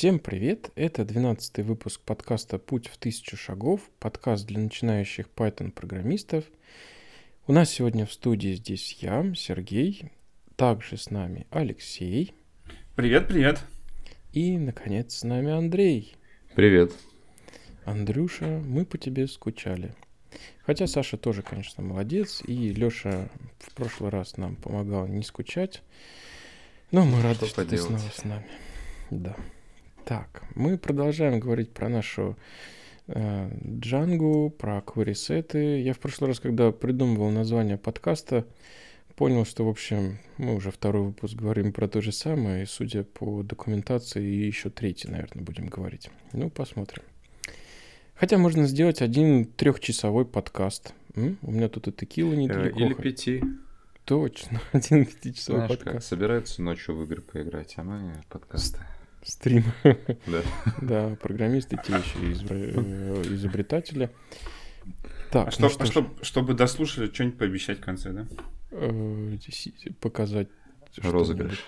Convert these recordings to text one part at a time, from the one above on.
Всем привет! Это 12-й выпуск подкаста «Путь в тысячу шагов», подкаст для начинающих Python-программистов. У нас сегодня в студии здесь я, Сергей, также с нами Алексей. Привет, привет. И, наконец, с нами Андрей. Привет. Андрюша, мы по тебе скучали. Хотя Саша тоже, конечно, молодец, и Лёша в прошлый раз нам помогал не скучать. Но мы рады, что ты снова с нами. Да. Так, мы продолжаем говорить про нашу Django, про query-сеты. Я в прошлый раз, когда придумывал название подкаста, понял, что, в общем, мы уже второй выпуск говорим про то же самое, и, судя по документации, еще третий, наверное, будем говорить. Ну, посмотрим. Хотя можно сделать один 3-часовой подкаст. У меня тут и текила недалеко. Или 5. Точно, один 5-часовой подкаст. Как собираются ночью в игры поиграть, а мы подкасты. Стрим. Да. Да, программисты те еще изобретатели. Так, чтобы дослушали, что-нибудь пообещать в конце, да? Показать розыгрыш.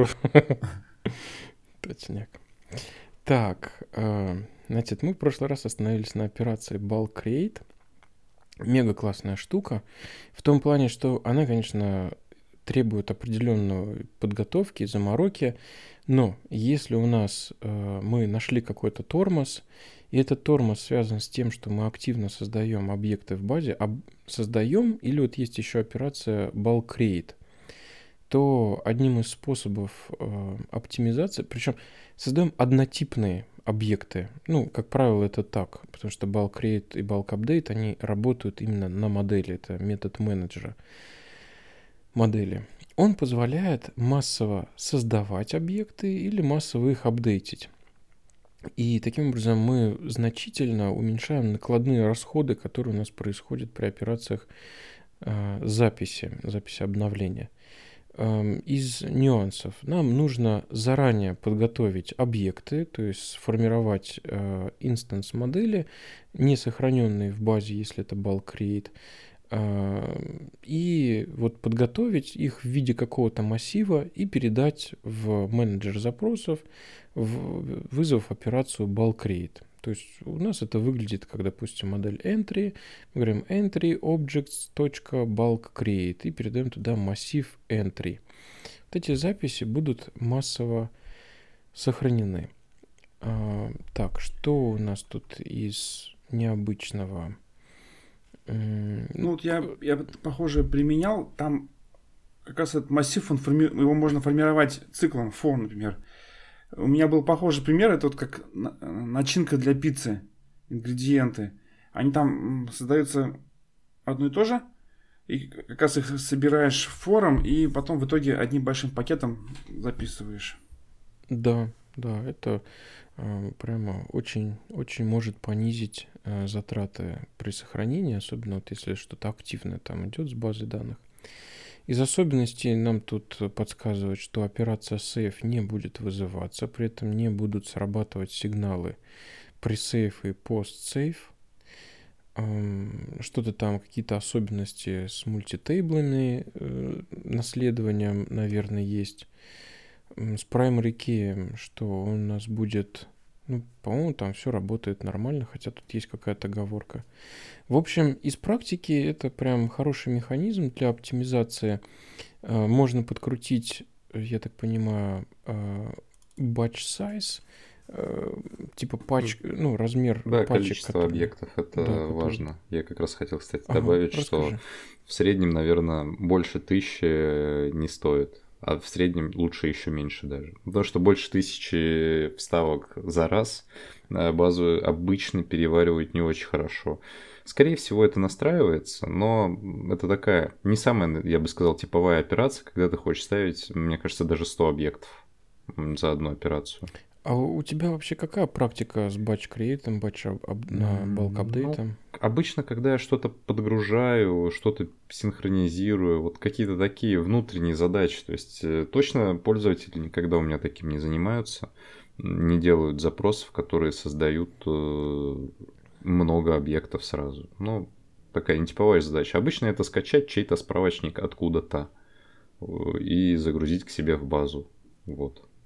Точняк. Так, значит, мы в прошлый раз остановились на операции Bulk Create. Мега классная штука. В том плане, что она, конечно, требует определенной подготовки, замороки. Но если у нас мы нашли какой-то тормоз, и этот тормоз связан с тем, что мы активно создаем объекты в базе, создаем, или вот есть еще операция bulk create, то одним из способов оптимизации, причем создаем однотипные объекты. Ну, как правило, это так, потому что bulk create и bulk update, они работают именно на модели, это метод менеджера модели. Он позволяет массово создавать объекты или массово их апдейтить. И таким образом мы значительно уменьшаем накладные расходы, которые у нас происходят при операциях записи обновления. Из нюансов нам нужно заранее подготовить объекты, то есть сформировать инстанс модели, не сохраненные в базе, если это bulk create, и вот подготовить их в виде какого-то массива и передать в менеджер запросов, вызвав операцию bulk create. То есть у нас это выглядит как, допустим, модель entry. Мы говорим entry objects.bulk create и передаем туда массив entry. Вот эти записи будут массово сохранены. Так, что у нас тут из необычного? Ну вот я похоже применял, там как раз этот массив, его можно формировать циклом for, например. У меня был похожий пример, это вот как начинка для пиццы, ингредиенты. Они там создаются одно и то же, и как раз их собираешь фором, и потом в итоге одним большим пакетом записываешь. Да, это прямо очень может понизить затраты при сохранении, особенно вот если что-то активное там идет с базы данных. Из особенностей нам тут подсказывают, что операция save не будет вызываться, при этом не будут срабатывать сигналы pre-save и post-save. Что-то там, какие-то особенности с мультитейблами, наследованием, наверное, есть. С primary key, что у нас будет... Ну, по-моему, там все работает нормально, хотя тут есть какая-то оговорка. В общем, из практики это прям хороший механизм для оптимизации. Можно подкрутить, я так понимаю, batch size, типа размер пачек. Количество которые... объектов, это важно. Я как раз хотел, кстати, добавить, что в среднем, наверное, больше 1000 не стоит. А в среднем лучше еще меньше даже. Потому что больше 1000 вставок за раз базу обычно переваривают не очень хорошо. Скорее всего, это настраивается, но это такая не самая, я бы сказал, типовая операция, когда ты хочешь ставить, мне кажется, даже 100 объектов за одну операцию. А у тебя вообще какая практика с batch create, bulk update? Ну, обычно, когда я что-то подгружаю, что-то синхронизирую, вот какие-то такие внутренние задачи, то есть точно пользователи никогда у меня таким не занимаются, не делают запросов, которые создают много объектов сразу. Ну, такая нетиповая задача. Обычно это скачать чей-то справочник откуда-то и загрузить к себе в базу. Вот.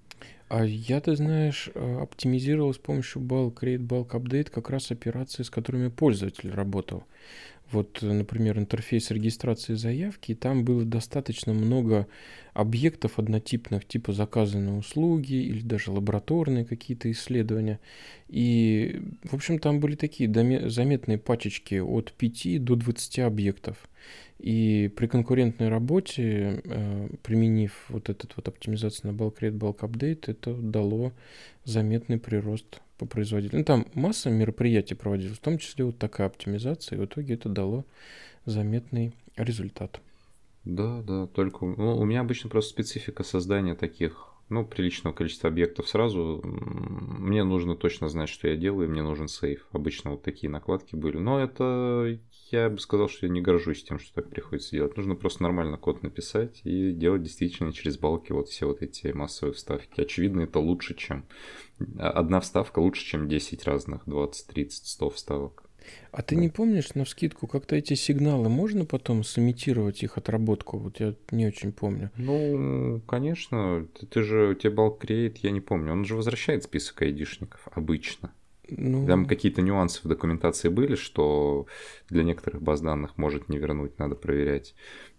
А я, ты знаешь, оптимизировал с помощью bulk create, bulk update как раз операции, с которыми пользователь работал. Вот, например, интерфейс регистрации заявки, и там было достаточно много объектов однотипных, типа заказанные услуги или даже лабораторные какие-то исследования. И, в общем, там были такие заметные пачечки от 5 до 20 объектов. И при конкурентной работе, применив вот этот вот оптимизацию на bulk create, bulk update, это дало заметный прирост по производителю. Ну, там масса мероприятий проводилась, в том числе вот такая оптимизация, и в итоге это дало заметный результат. Да, да, только у меня обычно просто специфика создания таких, приличного количества объектов сразу. Мне нужно точно знать, что я делаю, мне нужен сейф. Обычно вот такие накладки были. Но это, я бы сказал, что я не горжусь тем, что так приходится делать. Нужно просто нормально код написать и делать действительно через балки вот все вот эти массовые вставки. Очевидно, это лучше, чем... Одна вставка лучше, чем 10 разных, 20, 30, 100 вставок. А ты не помнишь, навскидку, как-то эти сигналы можно потом сымитировать их отработку? Вот я не очень помню. Конечно, ты же, у тебя bulk create, я не помню, он же возвращает список айдишников обычно. Там какие-то нюансы в документации были, что для некоторых баз данных может не вернуть, надо проверять.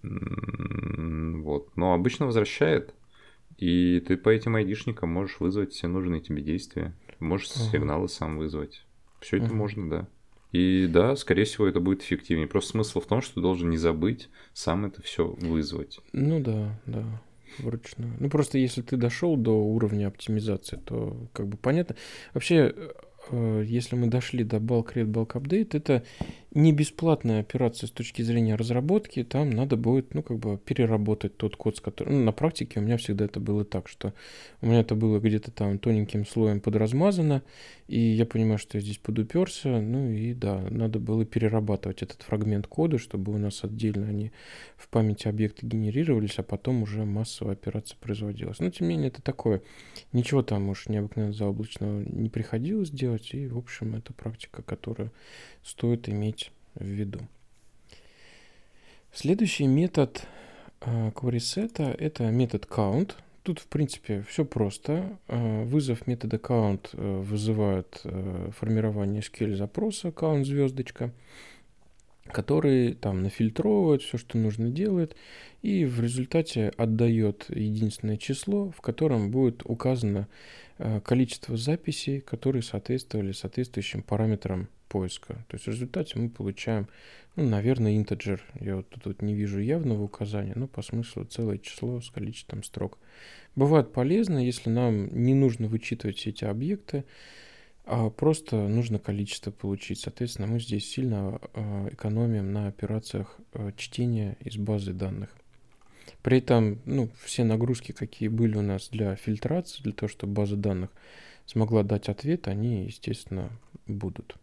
Вот. Но обычно возвращает, и ты по этим айдишникам можешь вызвать все нужные тебе действия. Можешь сигналы сам вызвать. Все это можно, да. И да, скорее всего, это будет эффективнее. Просто смысл в том, что ты должен не забыть сам это все вызвать. Да, вручную. Просто если ты дошел до уровня оптимизации, то как бы понятно. Вообще, если мы дошли до bulk create, bulk update, это не бесплатная операция с точки зрения разработки. Там надо будет, переработать тот код, с которым... на практике у меня всегда это было так, что у меня это было где-то там тоненьким слоем подразмазано, и я понимаю, что я здесь подуперся, и да, надо было перерабатывать этот фрагмент кода, чтобы у нас отдельно они в памяти объекты генерировались, а потом уже массовая операция производилась. Но, тем не менее, это такое. Ничего там уж необыкновенно заоблачного не приходилось делать, и, в общем, это практика, которую стоит иметь в виду. Следующий метод querySet — это метод count. Тут, в принципе, все просто. Вызов метода count вызывает формирование SQL-запроса count звездочка, который там нафильтровывает все, что нужно делает, и в результате отдает единственное число, в котором будет указано количество записей, которые соответствовали соответствующим параметрам поиска. То есть в результате мы получаем, наверное, integer. Я вот тут не вижу явного указания, но по смыслу целое число с количеством строк. Бывает полезно, если нам не нужно вычитывать все эти объекты, а просто нужно количество получить. Соответственно, мы здесь сильно экономим на операциях чтения из базы данных. При этом, все нагрузки, какие были у нас для фильтрации, для того, чтобы база данных смогла дать ответ, они, естественно, будут.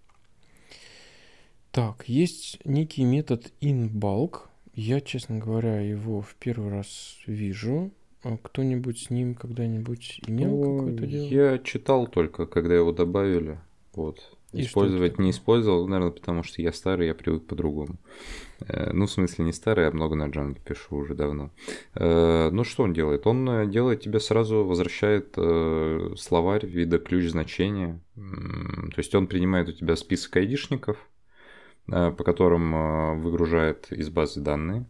Так, есть некий метод inBulk. Я, честно говоря, его в первый раз вижу. Кто-нибудь с ним когда-нибудь имел какое-то дело? Я читал только, когда его добавили. Вот. И использовать не использовал, наверное, потому что я старый, я привык по-другому. В смысле не старый, я много на Django пишу уже давно. Что он делает? Он делает тебе сразу, возвращает словарь вида ключ значения. То есть он принимает у тебя список айдишников, по которым выгружает из базы данные.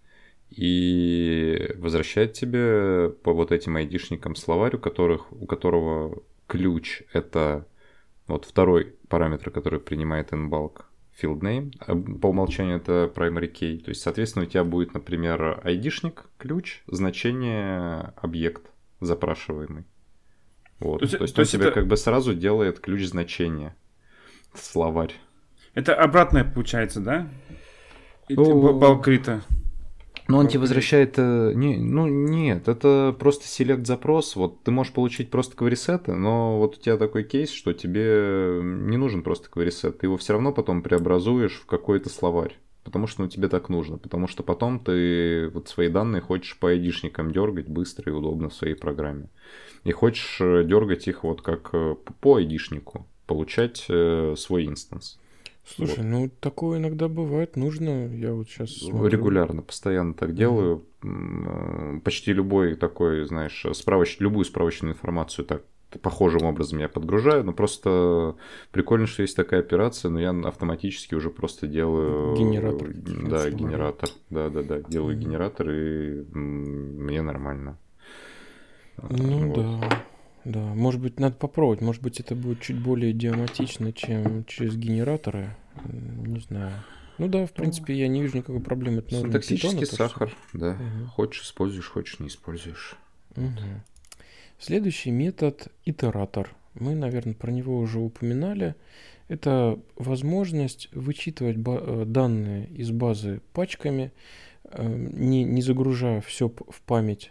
И возвращает тебе по вот этим айдишникам словарь, у которого ключ — это вот второй параметр, который принимает inBulk, field name. По умолчанию это primary key. То есть, соответственно, у тебя будет, например, айдишник, ключ, значение, объект запрашиваемый. Вот. То есть он тебе как бы сразу делает ключ значения, словарь. Это обратное получается, да? Балкрита. Но он тебе возвращает... Нет, это просто селект-запрос. Вот ты можешь получить просто querySet, но вот у тебя такой кейс, что тебе не нужен просто querySet. Ты его все равно потом преобразуешь в какой-то словарь. Потому что тебе так нужно. Потому что потом ты вот свои данные хочешь по айдишникам дергать быстро и удобно в своей программе. И хочешь дергать их вот как по айдишнику. Получать свой инстанс. Слушай, такое иногда бывает, нужно. Я вот сейчас смотрю. Регулярно, постоянно так делаю. почти любой такой, знаешь, любую справочную информацию так похожим образом я подгружаю, но просто прикольно, что есть такая операция, но я автоматически уже просто делаю... Генератор. Да, генератор. Да. Делаю генератор, и мне нормально. Ну вот. Да. Может быть, надо попробовать. Может быть, это будет чуть более идиоматично, чем через генераторы. Не знаю. Ну да, в принципе, я не вижу никакой проблемы. Это синтаксический сахар, да. Хочешь используешь, хочешь не используешь. Следующий метод — итератор. Мы, наверное, про него уже упоминали. Это возможность вычитывать данные из базы пачками, не загружая все в память.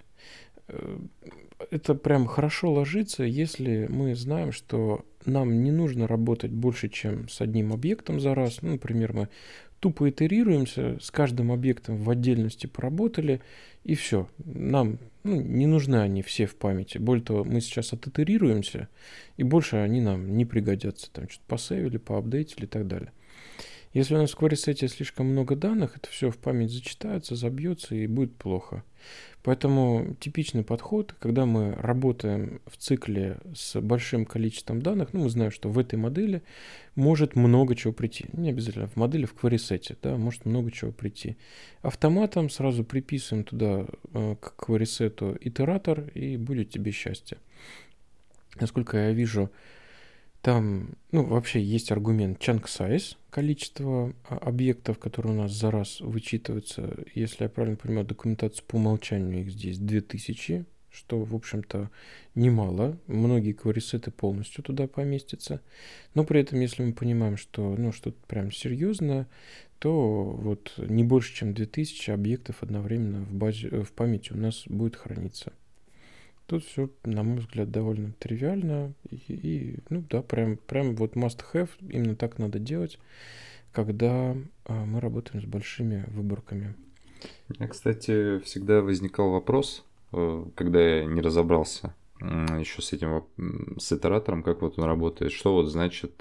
Это прям хорошо ложится, если мы знаем, что нам не нужно работать больше, чем с одним объектом за раз. Ну, например, мы тупо итерируемся, с каждым объектом в отдельности поработали, и все. Нам не нужны они все в памяти. Более того, мы сейчас отитерируемся, и больше они нам не пригодятся. Там что-то посейвили, поапдейтили и так далее. Если у нас в query-сете слишком много данных, это все в память зачитается, забьется и будет плохо. Поэтому типичный подход, когда мы работаем в цикле с большим количеством данных, мы знаем, что в этой модели может много чего прийти. Не обязательно в модели, в query-сете, да, может много чего прийти. Автоматом сразу приписываем туда к query-сету итератор, и будет тебе счастье. Насколько я вижу, там, вообще есть аргумент chunk size, количество объектов, которые у нас за раз вычитываются. Если я правильно понимаю, документацию по умолчанию их здесь 2000, что, в общем-то, немало. Многие query-сеты полностью туда поместятся. Но при этом, если мы понимаем, что что-то прям серьезное, то вот не больше, чем 2000 объектов одновременно в памяти у нас будет храниться. Тут все, на мой взгляд, довольно тривиально. И прям вот must have, именно так надо делать, когда мы работаем с большими выборками. У меня, кстати, всегда возникал вопрос, когда я не разобрался еще с итератором, как вот он работает. Что вот значит,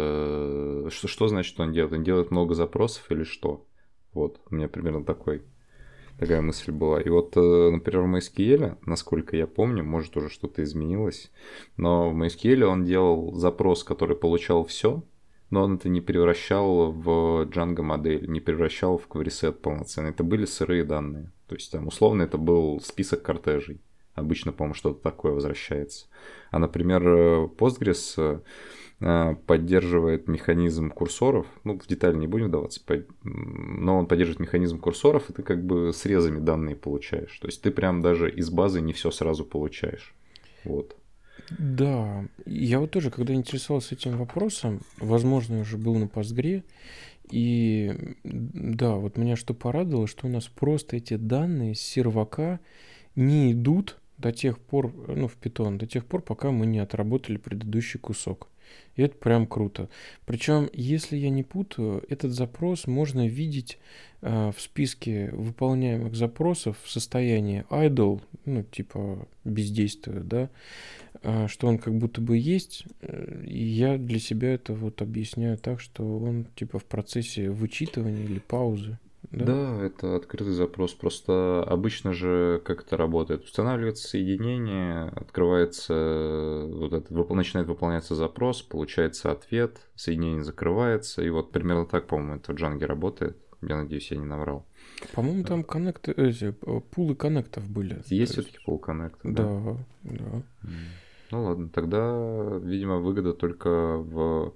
что значит он делает? Он делает много запросов или что? Вот, у меня примерно такая мысль была. И вот, например, в MySQL, насколько я помню, может уже что-то изменилось, но в MySQL он делал запрос, который получал все, но он это не превращал в Django модель, не превращал в query-set полноценный. Это были сырые данные. То есть там условно это был список кортежей. Обычно, по-моему, что-то такое возвращается. А, например, Postgres поддерживает механизм курсоров, в детали не будем вдаваться, но он поддерживает механизм курсоров, и ты как бы срезами данные получаешь. То есть ты прям даже из базы не все сразу получаешь. Вот. Да, я вот тоже, когда интересовался этим вопросом, возможно, уже был на Postgre, и да, вот меня что порадовало, что у нас просто эти данные с сервака не идут до тех пор, в Python, до тех пор, пока мы не отработали предыдущий кусок. И это прям круто. Причем, если я не путаю, этот запрос можно видеть в списке выполняемых запросов в состоянии idle, типа бездействия, да, что он как будто бы есть. И я для себя это вот объясняю так, что он типа в процессе вычитывания или паузы. Да, это открытый запрос. Просто обычно же как это работает? Устанавливается соединение, открывается, начинает выполняться запрос, получается ответ, соединение закрывается. И вот примерно так, по-моему, это в Django работает. Я надеюсь, я не наврал. По-моему, там пулы коннектов были. Есть все-таки пул коннектов, да? Да. Ну ладно, тогда, видимо, выгода только в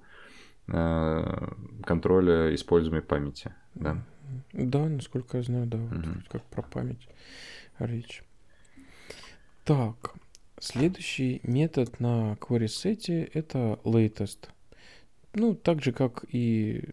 контроле используемой памяти, да? Да, насколько я знаю, да, вот как про память речь. Так, следующий метод на query-сете — это latest. Так же, как и...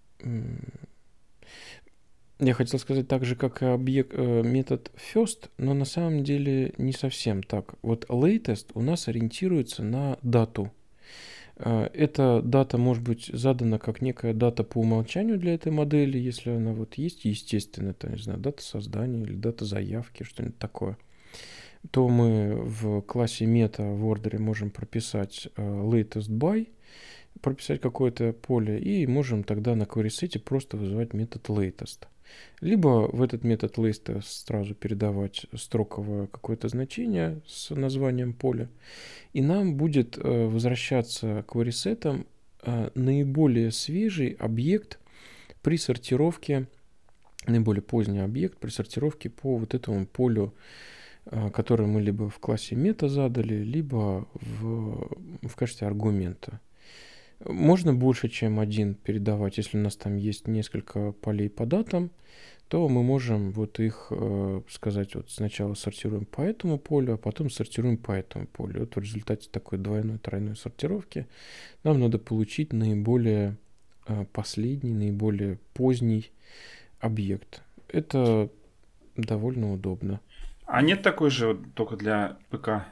Я хотел сказать так же, как и метод first, но на самом деле не совсем так. Вот latest у нас ориентируется на дату. Эта дата может быть задана как некая дата по умолчанию для этой модели, если она вот есть, естественно, это, не знаю, дата создания или дата заявки, что-нибудь такое. То мы в классе meta в ордере можем прописать latest by, прописать какое-то поле, и можем тогда на query-сете просто вызывать метод latest. либо в этот метод list сразу передавать строковое какое-то значение с названием поля, и нам будет возвращаться к query-сетам наиболее свежий объект при сортировке, наиболее поздний объект при сортировке по вот этому полю, которое мы либо в классе мета задали, либо в качестве аргумента. Можно больше, чем один передавать. Если у нас там есть несколько полей по датам, то мы можем вот их сказать, вот сначала сортируем по этому полю, а потом сортируем по этому полю. Вот в результате такой двойной, тройной сортировки нам надо получить наиболее последний, наиболее поздний объект. Это довольно удобно. А нет такой же вот только для ПК?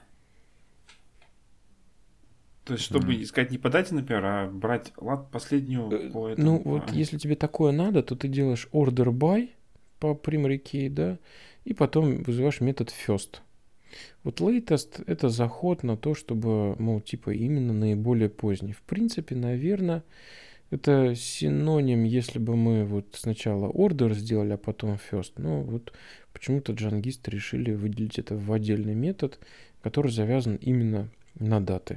То есть, чтобы искать не по дате, например, а брать последнюю по этому. Ну, вот если тебе такое надо, то ты делаешь order by по primary key, да, и потом вызываешь метод first. Вот latest — это заход на то, чтобы, мол, типа именно наиболее поздний. В принципе, наверное, это синоним, если бы мы вот сначала order сделали, а потом first. Но вот почему-то джангисты решили выделить это в отдельный метод, который завязан именно на даты.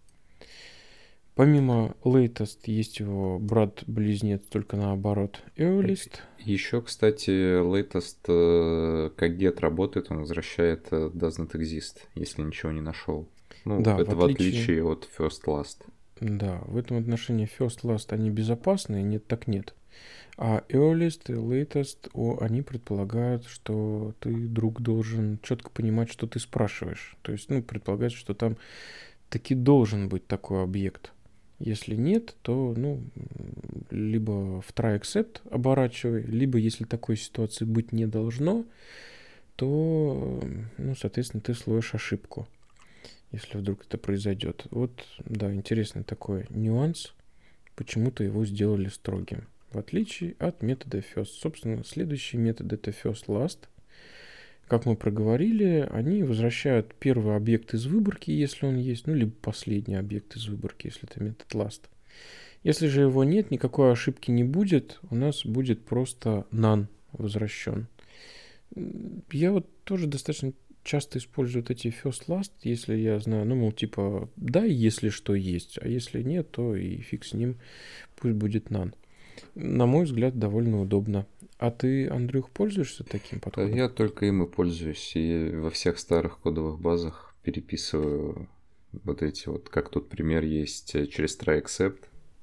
Помимо latest есть его брат-близнец, только наоборот, earliest. Еще, кстати, latest, как get работает, он возвращает doesn't exist, если ничего не нашел. Ну, Да, это в отличие от first last. Да, в этом отношении first last они безопасные, нет так нет. А earliest и latest, они предполагают, что ты, друг, должен четко понимать, что ты спрашиваешь. То есть, предполагают, что там таки должен быть такой объект. Если нет, то, либо в try except оборачивай, либо, если такой ситуации быть не должно, то, соответственно, ты словишь ошибку, если вдруг это произойдет. Вот, да, интересный такой нюанс. Почему-то его сделали строгим, в отличие от метода first. Собственно, следующий метод — это first last. Как мы проговорили, они возвращают первый объект из выборки, если он есть, либо последний объект из выборки, если это метод last. Если же его нет, никакой ошибки не будет, у нас будет просто none возвращен. Я вот тоже достаточно часто использую вот эти first last, если я знаю, типа, да, если что есть, а если нет, то и фиг с ним, пусть будет none. На мой взгляд, довольно удобно. А ты, Андрюх, пользуешься таким подходом? Я только им и пользуюсь. И во всех старых кодовых базах переписываю вот эти вот, как тут пример есть, через try except.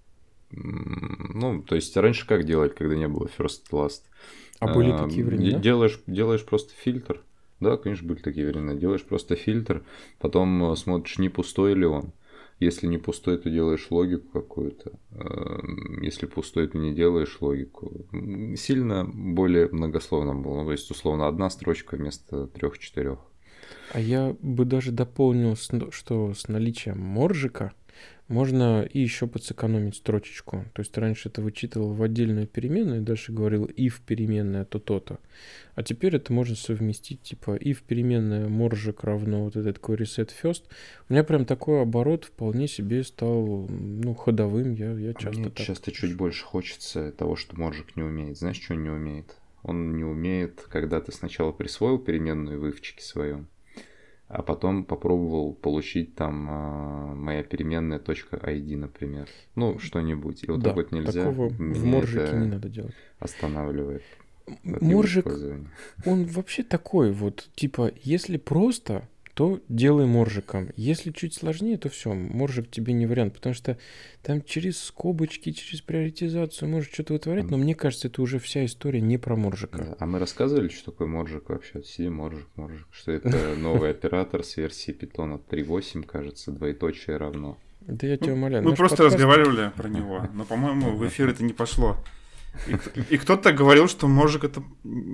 То есть раньше как делать, когда не было first last? А были такие времена? Делаешь просто фильтр. Да, конечно, были такие времена. Делаешь просто фильтр, потом смотришь, не пустой ли он. Если не пустой, то делаешь логику какую-то. Если пустой, то не делаешь логику. Сильно более многословно было. То есть, условно, одна строчка вместо 3-4. А я бы даже дополнил, что с наличием моржика можно и еще подсэкономить строчечку. То есть раньше это вычитывал в отдельную переменную и дальше говорил if переменная то-то. А теперь это можно совместить, типа if переменная моржик равно вот этот query set first. У меня прям такой оборот вполне себе стал ходовым. Я часто Мне часто чуть больше хочется того, что моржик не умеет. Знаешь, что он не умеет? Он не умеет, когда ты сначала присвоил переменную в ивчике своем, а потом попробовал получить там моя переменная .id, например. Что-нибудь. И вот так вот нельзя. Такого в моржике не надо делать. Останавливает. Моржик, он вообще такой вот, типа, если просто, то делай моржиком. Если чуть сложнее, то все, моржик тебе не вариант, потому что там через скобочки, через приоритизацию может что-то вытворять, но мне кажется, это уже вся история не про моржика. Да. А мы рассказывали, что такое моржик вообще? Сиди, моржик. Что это новый оператор с версии Python 3.8, кажется, двоеточие равно. Да я тебя умоляю. Мы просто разговаривали про него, но, по-моему, в эфир это не пошло. И кто-то говорил, что моржик это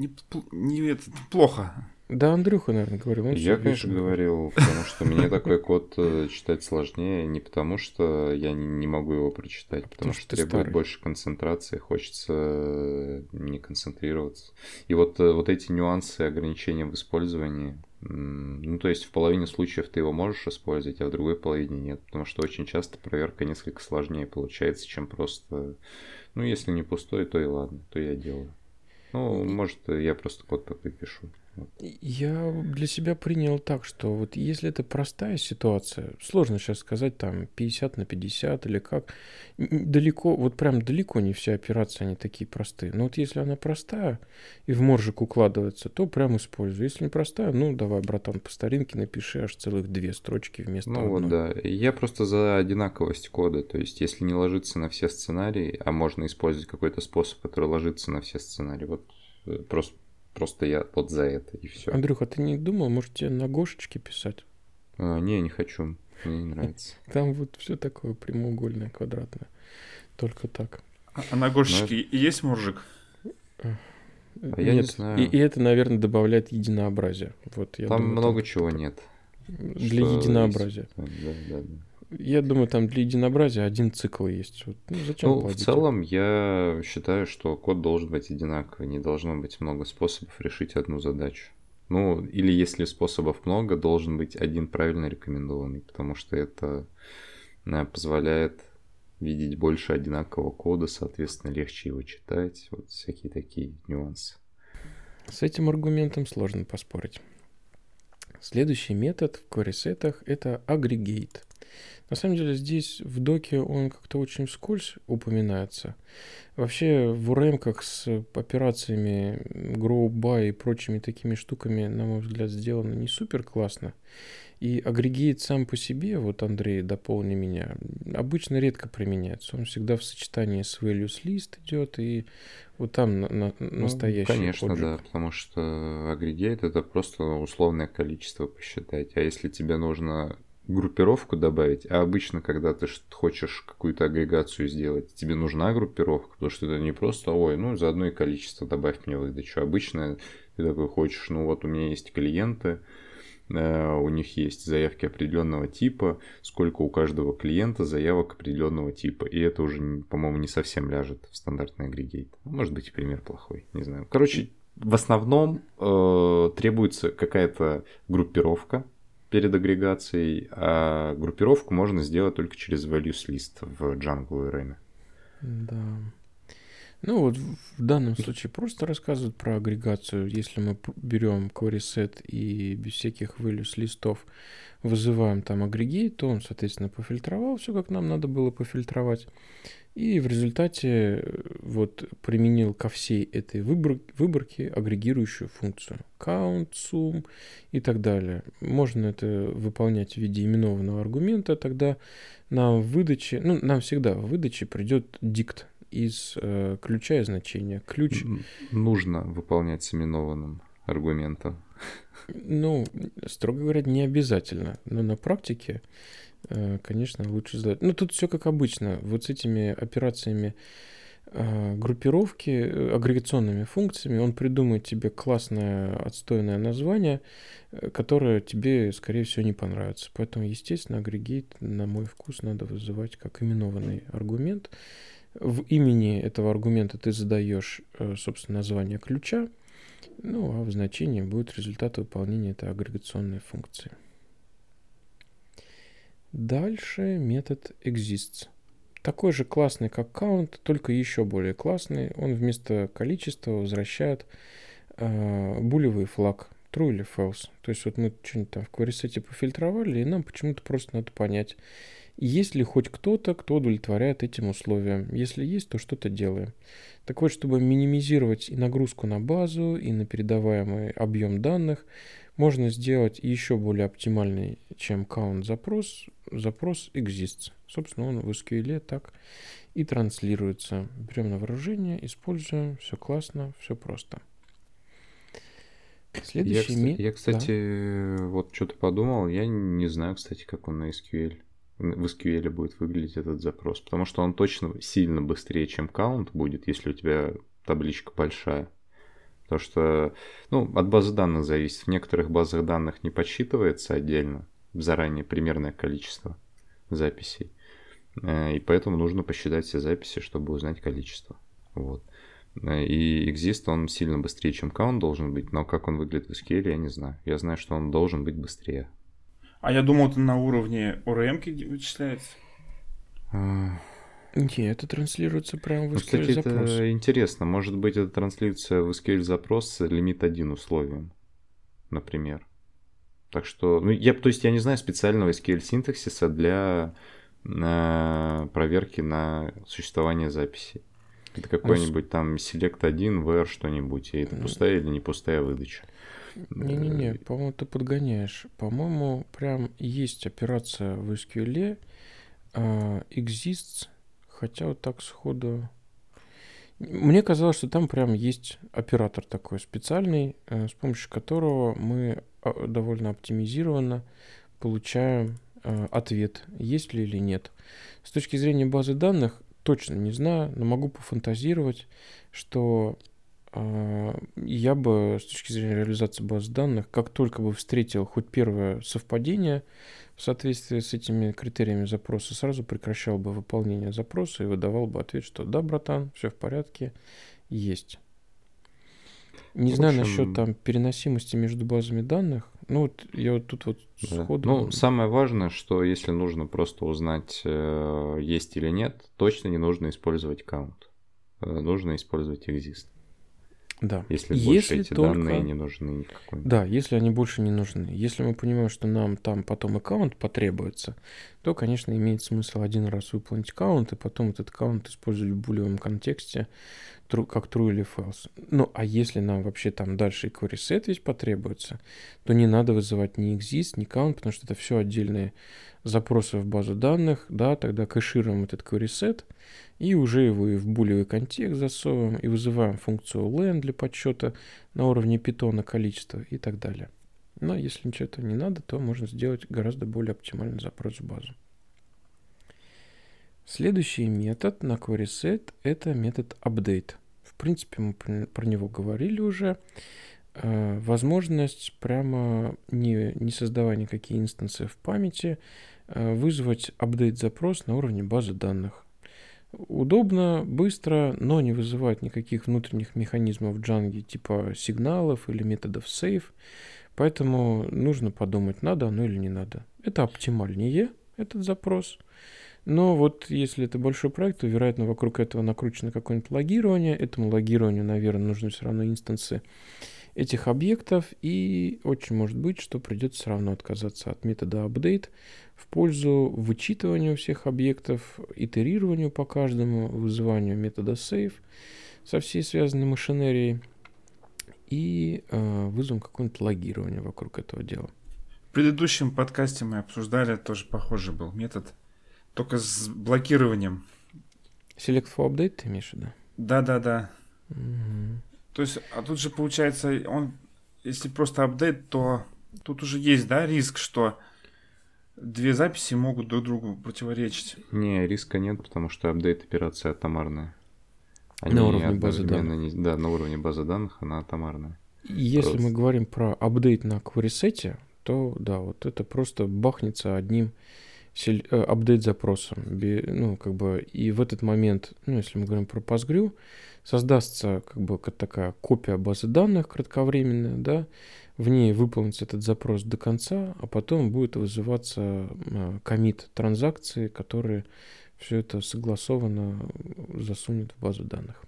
плохо. Да, Андрюха, наверное, говорил. Я, конечно, говорил, потому что мне такой код читать сложнее, не потому что я не могу его прочитать, потому что требует больше концентрации, хочется не концентрироваться. И вот эти нюансы ограничения в использовании, то есть в половине случаев ты его можешь использовать, а в другой половине нет, потому что очень часто проверка несколько сложнее получается, чем просто, если не пустой, то и ладно, то я делаю. Ну, может, я просто код попишу. Я для себя принял так, что вот если это простая ситуация, сложно сейчас сказать там 50 на 50 или как, далеко, вот прям далеко не все операции, они такие простые. Но вот если она простая и в моржик укладывается, то прям использую. Если не простая, ну давай, братан, по старинке напиши аж целых 2 строчки вместо Ну вот, одной. да. Я просто за одинаковость кода. То есть, если не ложится на все сценарии, а можно использовать какой-то способ, который ложится на все сценарии, вот просто я вот за это, и все. Андрюха, ты не думал, может тебе на Гошечке писать? Не хочу. Мне не нравится. Там вот все такое прямоугольное, квадратное. Только так. А на Гошечке есть моржик? Я не знаю. И это, наверное, добавляет единообразие. Вот, я там думаю, много чего нет. Для единообразия. Да. Я думаю, там для единообразия один цикл есть. Вот, ну, зачем в целом, я считаю, что код должен быть одинаковый. Не должно быть много способов решить одну задачу. Ну, или если способов много, должен быть один правильно рекомендованный, потому что это позволяет видеть больше одинакового кода, соответственно, легче его читать. Вот всякие такие нюансы. С этим аргументом сложно поспорить. Следующий метод в query-сетах — это aggregate. На самом деле здесь в доке он как-то очень вскользь упоминается. Вообще в URM-ках с операциями grow by и прочими такими штуками, на мой взгляд, сделано не супер классно. И агрегейт сам по себе, вот Андрей, дополни меня, обычно редко применяется. Он всегда в сочетании с values list идет, и вот там настоящий конечно, коджик. да, потому что агрегейт — это просто условное количество посчитать. А если тебе нужно группировку добавить, а обычно, когда ты хочешь какую-то агрегацию сделать, тебе нужна группировка, потому что это не просто, заодно и количество добавь мне выдачу. Обычно ты такой хочешь, вот у меня есть клиенты, у них есть заявки определенного типа, сколько у каждого клиента заявок определенного типа. И это уже, по-моему, не совсем ляжет в стандартный агрегейт. Может быть, и пример плохой, не знаю. Короче, в основном требуется какая-то группировка перед агрегацией, а группировку можно сделать только через values list в Django и RM. Да. Ну вот в данном случае просто рассказывают про агрегацию. Если мы берем query set и без всяких values листов вызываем там агрегейт, то он, соответственно, пофильтровал все, как нам надо было пофильтровать. И в результате вот применил ко всей этой выборке агрегирующую функцию. Count, sum и так далее. Можно это выполнять в виде именованного аргумента, тогда нам в выдаче, нам всегда в выдаче придет дикт из ключа и значения. Ключ нужно выполнять с именованным аргументом. Строго говоря, не обязательно. Но на практике, конечно, лучше задать. Тут все как обычно. Вот с этими операциями группировки, агрегационными функциями, он придумает тебе классное отстойное название, которое тебе, скорее всего, не понравится. Поэтому, естественно, агрегейт, на мой вкус, надо вызывать как именованный аргумент. В имени этого аргумента ты задаешь, собственно, название ключа, а в значении будет результат выполнения этой агрегационной функции. Дальше метод exists. Такой же классный, как count, только еще более классный. Он вместо количества возвращает булевый флаг, true или false. То есть вот мы что-нибудь там в query-сете пофильтровали, и нам почему-то просто надо понять, есть ли хоть кто-то, кто удовлетворяет этим условиям. Если есть, то что-то делаем. Так вот, чтобы минимизировать и нагрузку на базу, и на передаваемый объем данных, можно сделать еще более оптимальный, чем count запрос exists. Собственно, он в SQL так и транслируется. Берем на вооружение, используем, все классно, все просто. Следующий я, кстати, вот что-то подумал, я не знаю, кстати, как он на SQL. В SQL будет выглядеть этот запрос, потому что он точно сильно быстрее, чем count будет, если у тебя табличка большая. Потому что, от базы данных зависит. В некоторых базах данных не подсчитывается отдельно заранее примерное количество записей. И поэтому нужно посчитать все записи, чтобы узнать количество. Вот. И exist, он сильно быстрее, чем count должен быть, но как он выглядит в SQL, я не знаю. Я знаю, что он должен быть быстрее. А я думал, это на уровне ORM-ки вычисляется. Не, это транслируется прямо в Ну, кстати, SQL-запрос. это интересно. Может быть, это транслируется в SQL-запрос с лимит 1 условием, например. Так что, ну, то есть я не знаю специального SQL-синтаксиса для проверки на существование записи. Это какой-нибудь там select 1, where что-нибудь, и это пустая или не пустая выдача. Не-не-не, по-моему, ты подгоняешь. По-моему, прям есть операция в SQL exists, хотя вот так сходу... Мне казалось, что там прям есть оператор такой специальный, с помощью которого мы довольно оптимизированно получаем ответ, есть ли или нет. С точки зрения базы данных точно не знаю, но могу пофантазировать, что я бы с точки зрения реализации баз данных, как только бы встретил хоть первое совпадение в соответствии с этими критериями запроса, сразу прекращал бы выполнение запроса и выдавал бы ответ, что да, братан, все в порядке, есть. Не знаю насчет там переносимости между базами данных. Ну вот я вот тут вот сходу... Ну, самое важное, что если нужно просто узнать, есть или нет, точно не нужно использовать count. Нужно использовать exist. Да. Если больше эти данные не нужны никакой. Да, если они больше не нужны. Если мы понимаем, что нам там потом аккаунт потребуется, то, конечно, имеет смысл один раз выполнить аккаунт, и потом этот аккаунт использовать в булевом контексте, как true или false. Ну, а если нам вообще там дальше и query set весь потребуется, то не надо вызывать ни exist, ни count, потому что это все отдельные запросы в базу данных, да, тогда кэшируем этот query set, и уже его и в булевый контекст засовываем, и вызываем функцию len для подсчета на уровне питона количества и так далее. Но если ничего этого не надо, то можно сделать гораздо более оптимальный запрос в базу. Следующий метод на querySet — это метод update. В принципе, мы про него говорили уже. Возможность прямо не создавая никакие инстансы в памяти, вызвать update-запрос на уровне базы данных. Удобно, быстро, но не вызывает никаких внутренних механизмов в Django типа сигналов или методов save. Поэтому нужно подумать, надо оно или не надо. Это оптимальнее, этот запрос. Но вот если это большой проект, то, вероятно, вокруг этого накручено какое-нибудь логирование. Этому логированию, наверное, нужны все равно инстансы этих объектов. И очень может быть, что придется все равно отказаться от метода update в пользу вычитывания всех объектов, итерированию по каждому, вызыванию метода save со всей связанной машинерией и вызовем какое-нибудь логирование вокруг этого дела. В предыдущем подкасте мы обсуждали, тоже похожий был метод, только с блокированием. Select for update ты имеешь в виду? Да. То есть, а тут же получается, если просто апдейт, то тут уже есть, да, риск, что две записи могут друг другу противоречить. Не, риска нет, потому что апдейт операция атомарная. На уровне базы данных. Да, на уровне базы данных она атомарная. Если мы говорим про апдейт на query-сете, то да, вот это просто бахнется одним апдейт запросом. Ну, как бы, и в этот момент, ну, если мы говорим про Postgre, создастся как бы такая копия базы данных кратковременная, да, в ней выполнится этот запрос до конца, а потом будет вызываться коммит транзакции, которые все это согласованно засунет в базу данных.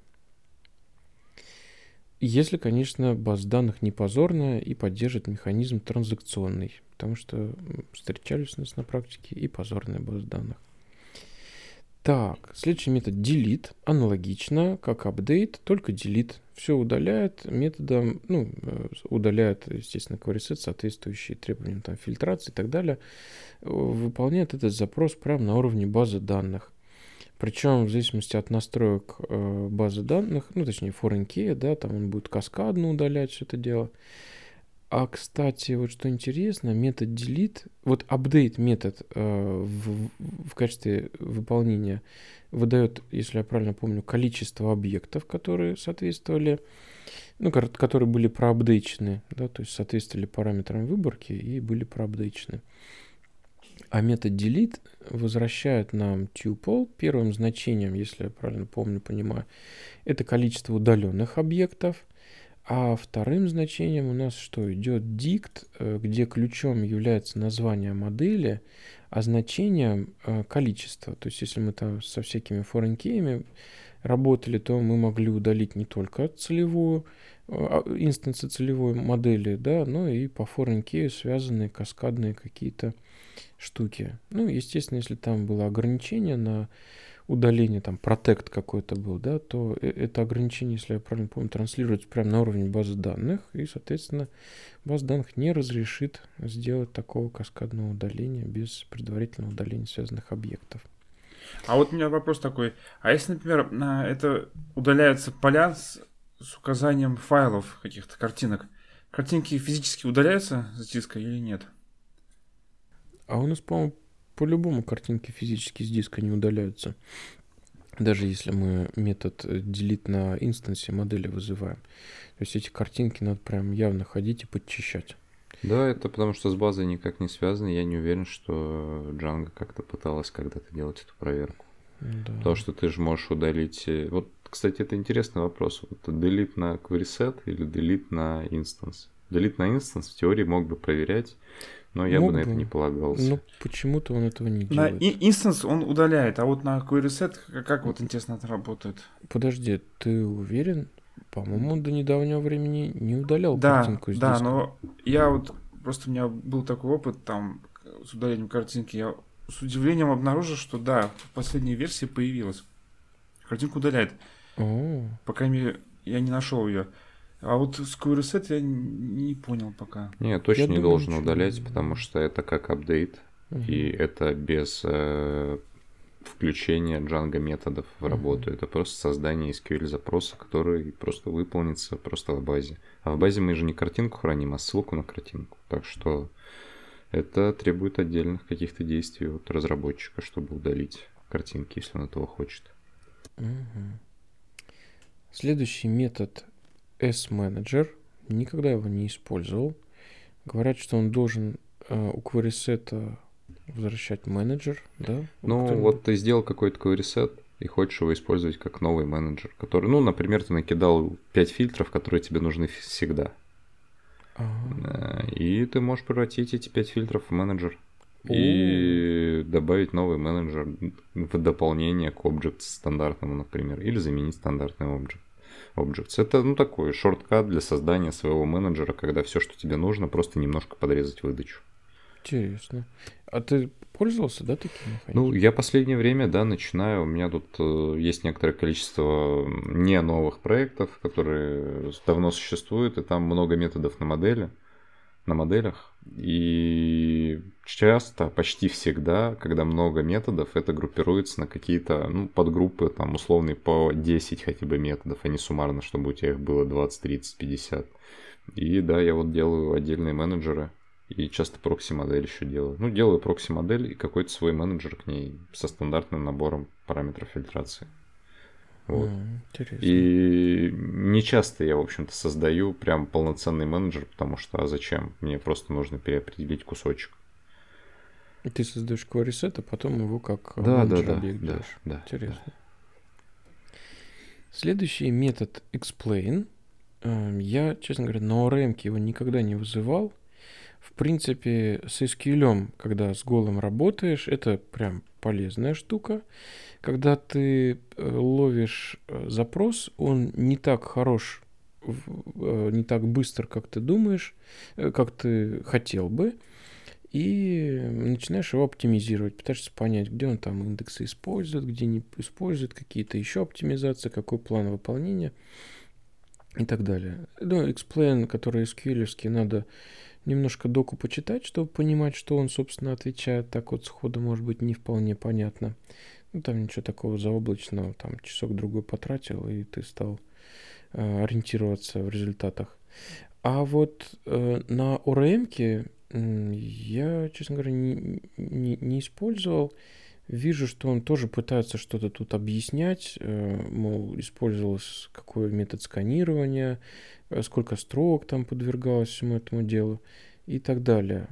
Если, конечно, база данных не позорная и поддержит механизм транзакционный, потому что встречались у нас на практике и позорные базы данных. Так, следующий метод delete, аналогично, как update, только delete. Все удаляет методом, ну, удаляет, естественно, query-set, соответствующие требованиям там, фильтрации и так далее, выполняет этот запрос прямо на уровне базы данных. Причем в зависимости от настроек базы данных, ну, точнее, foreign key, да, там он будет каскадно удалять все это дело. А, кстати, вот что интересно, метод delete, вот update метод в качестве выполнения выдает, если я правильно помню, количество объектов, которые соответствовали, ну, которые были проапдейчены, да, то есть соответствовали параметрам выборки и были проапдейчены. А метод delete возвращает нам tuple. Первым значением, если я правильно помню, понимаю, это количество удаленных объектов. А вторым значением у нас что? Идет dict, где ключом является название модели, а значением количество. То есть, если мы там со всякими foreign key'ами работали, то мы могли удалить не только целевую, инстансы целевой модели, да, но и по foreign key связанные каскадные какие-то штуки. Ну, естественно, если там было ограничение на удаление, там, protect какой-то был, да, то это ограничение, если я правильно помню, транслируется прямо на уровне базы данных, и, соответственно, база данных не разрешит сделать такого каскадного удаления без предварительного удаления связанных объектов. А вот у меня вопрос такой. А если, например, на это удаляются поля с указанием файлов каких-то картинок, картинки физически удаляются с диска или нет? А у нас, по-моему, по-любому картинки физически с диска не удаляются. Даже если мы метод delete на инстансе модели вызываем. То есть эти картинки надо прям явно ходить и подчищать. Да, это потому что с базой никак не связано. Я не уверен, что Django как-то пыталась когда-то делать эту проверку. Да. Потому что ты же можешь удалить... Вот, кстати, это интересный вопрос. Вот delete на query set или delete на instance? Delete на instance в теории мог бы проверять, но я бы на это не полагался. Но почему-то он этого не делает. На instance он удаляет, а вот на query set как вот интересно это работает? Подожди, ты уверен? По-моему, до недавнего времени не удалял картинку с диска. Да, но я вот... Просто у меня был такой опыт там с удалением картинки. Я с удивлением обнаружил, что да, в последней версии появилась. Картинку удаляет. По крайней мере, я не нашел ее. А вот с query set я не понял пока. Нет, точно не должен удалять, потому что это как апдейт. И это без включения Django методов в работу. Это просто создание SQL запроса, который просто выполнится просто в базе. А в базе мы же не картинку храним, а ссылку на картинку. Так что это требует отдельных каких-то действий от разработчика, чтобы удалить картинки, если он этого хочет. Следующий метод S-Manager. Никогда его не использовал. Говорят, что он должен у query set возвращать менеджер, да? Ну, вот ты сделал какой-то query set и хочешь его использовать как новый менеджер, который, ну, например, ты накидал 5 фильтров, которые тебе нужны всегда. И ты можешь превратить эти 5 фильтров в менеджер и добавить новый менеджер в дополнение к object стандартному, например, или заменить стандартный objects. Это, ну, такой шорткат для создания своего менеджера, когда все, что тебе нужно, просто немножко подрезать выдачу. Интересно. А ты пользовался, да, таким механизмом? Ну, я последнее время, да, начинаю. У меня тут есть некоторое количество не новых проектов, которые давно существуют, и там много методов на моделях. И часто, почти всегда, когда много методов, это группируется на какие-то, ну, подгруппы, там, условные, по 10 хотя бы методов, а не суммарно, чтобы у тебя их было 20, 30, 50. И да, я вот делаю отдельные менеджеры. И часто прокси-модель еще делаю. Ну, делаю прокси-модель и какой-то свой менеджер к ней со стандартным набором параметров фильтрации. Вот. Интересно. И не часто я, в общем-то, создаю прям полноценный менеджер, потому что, а зачем? Мне просто нужно переопределить кусочек. И ты создаешь query set, а потом его как менеджер объект делаешь. Да. Интересно. Да. Следующий метод explain. Я, честно говоря, на ORM его никогда не вызывал. В принципе, с SQL, когда с голым работаешь, это прям полезная штука. Когда ты ловишь запрос, он не так хорош, не так быстро, как ты думаешь, как ты хотел бы, и начинаешь его оптимизировать, пытаешься понять, где он там индексы использует, где не использует, какие-то еще оптимизации, какой план выполнения и так далее. Ну, explain, который SQL-евский, надо немножко доку почитать, чтобы понимать, что он, собственно, отвечает. Так вот сходу, может быть, не вполне понятно. Ну, там ничего такого заоблачного. Там часок-другой потратил, и ты стал ориентироваться в результатах. А вот на ORM-ке я, честно говоря, не использовал. Вижу, что он тоже пытается что-то тут объяснять. Мол, использовалось какой метод сканирования, сколько строк там подвергалось всему этому делу и так далее.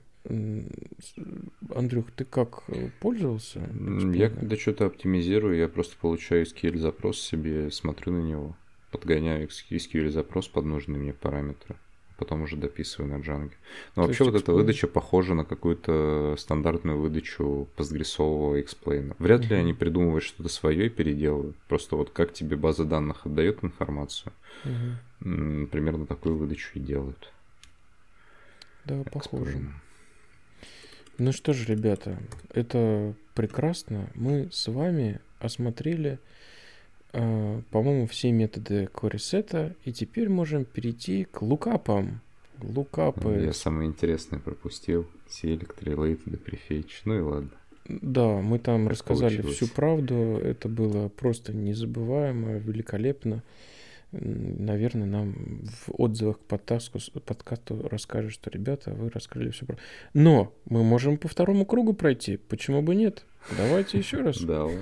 Андрюх, ты как пользовался? Я когда что-то оптимизирую, я просто получаю SQL-запрос себе, смотрю на него, подгоняю SQL-запрос под нужные мне параметры, потом уже дописываю на Django. Но вообще вот эта выдача похожа на какую-то стандартную выдачу постгрессового эксплейна. Вряд ли они придумывают что-то свое и переделывают. Просто вот как тебе база данных отдает информацию, примерно такую выдачу и делают. Да, похоже. Ну что ж, ребята, это прекрасно. Мы с вами осмотрели, по-моему, все методы query-сета, и теперь можем перейти к лукапам. Лукапы. Я самое интересное пропустил. Select, related, prefetch. Ну и ладно. Да, мы там рассказали всю правду. Это было просто незабываемо, великолепно. Наверное, нам в отзывах к подкасту расскажут, что, ребята, вы раскрыли все правду. Но мы можем по второму кругу пройти. Почему бы нет? Давайте еще раз. Да, ладно.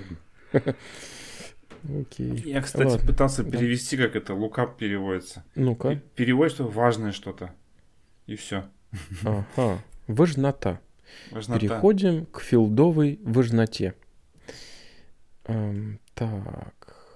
Окей. Я, кстати, пытался перевести, как это лукап переводится. Ну-ка. Переводит, что важное что-то. И все. Ага. Важнота. Переходим к филдовой важноте. Так.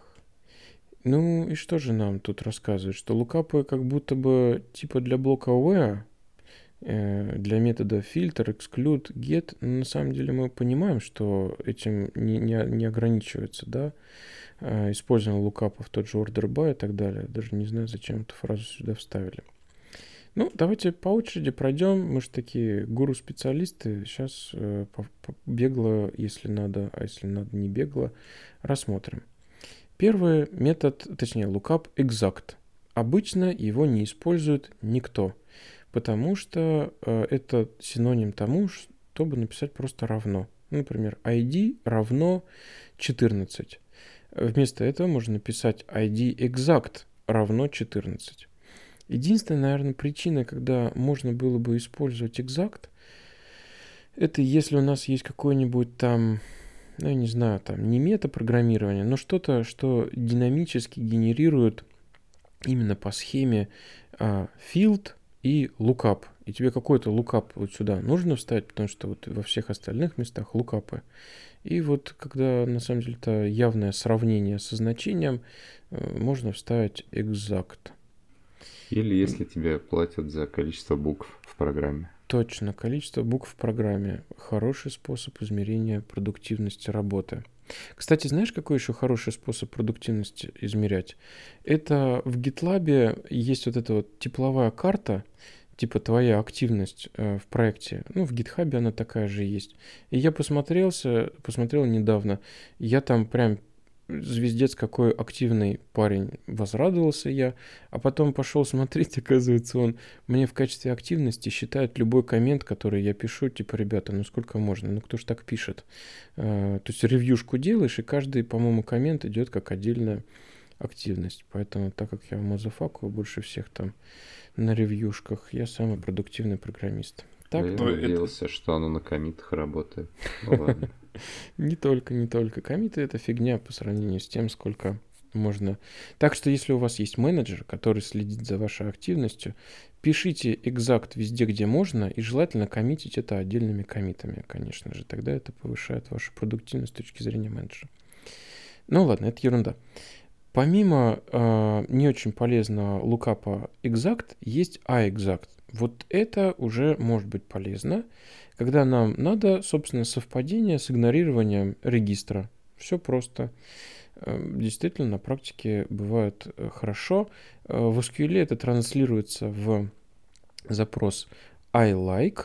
Ну и что же нам тут рассказывают? Что лукапы как будто бы типа для блока aware, для метода filter, exclude, get. Но на самом деле мы понимаем, что этим не ограничивается, да? Использование лукапов, тот же order by и так далее. Даже не знаю, зачем эту фразу сюда вставили. Ну, давайте по очереди пройдем. Мы же такие гуру-специалисты. Сейчас бегло, если надо, а если надо, не бегло, рассмотрим. Первый метод, точнее, lookup exact. Обычно его не использует никто, потому что это синоним тому, чтобы написать просто равно. Например, ID равно 14. Вместо этого можно написать ID exact равно 14. Единственная, наверное, причина, когда можно было бы использовать exact, это если у нас есть какой-нибудь там, ну, я не знаю, там не метапрограммирование, но что-то, что динамически генерирует именно по схеме field и lookup. И тебе какой-то lookup вот сюда нужно вставить, потому что вот во всех остальных местах лукапы. И вот когда на самом деле это явное сравнение со значением, можно вставить exact. Или если тебе платят за количество букв в программе. Точно, количество букв в программе. Хороший способ измерения продуктивности работы. Кстати, знаешь, какой еще хороший способ продуктивности измерять? Это в GitLab есть вот эта вот тепловая карта, типа твоя активность в проекте. Ну, в GitHub она такая же есть. И я посмотрел недавно, я там прям звездец какой активный парень, возрадовался я, а потом пошел смотреть, оказывается, он мне в качестве активности считает любой коммент, который я пишу, типа, ребята, ну сколько можно, ну кто ж так пишет? То есть ревьюшку делаешь, и каждый, по-моему, коммент идет как отдельная активность. Поэтому, так как я мазафакаю больше всех там на ревьюшках, я самый продуктивный программист. Так, я надеялся, что оно на коммитах работает. Ну ладно. Не только. Коммиты — это фигня по сравнению с тем, сколько можно. Так что, если у вас есть менеджер, который следит за вашей активностью, пишите exact везде, где можно, и желательно коммитить это отдельными коммитами, конечно же. Тогда это повышает вашу продуктивность с точки зрения менеджера. Ну ладно, это ерунда. Помимо не очень полезного лукапа exact, есть aexact. Вот это уже может быть полезно, когда нам надо, собственно, совпадение с игнорированием регистра. Все просто. Действительно, на практике бывает хорошо. В SQL это транслируется в запрос I like.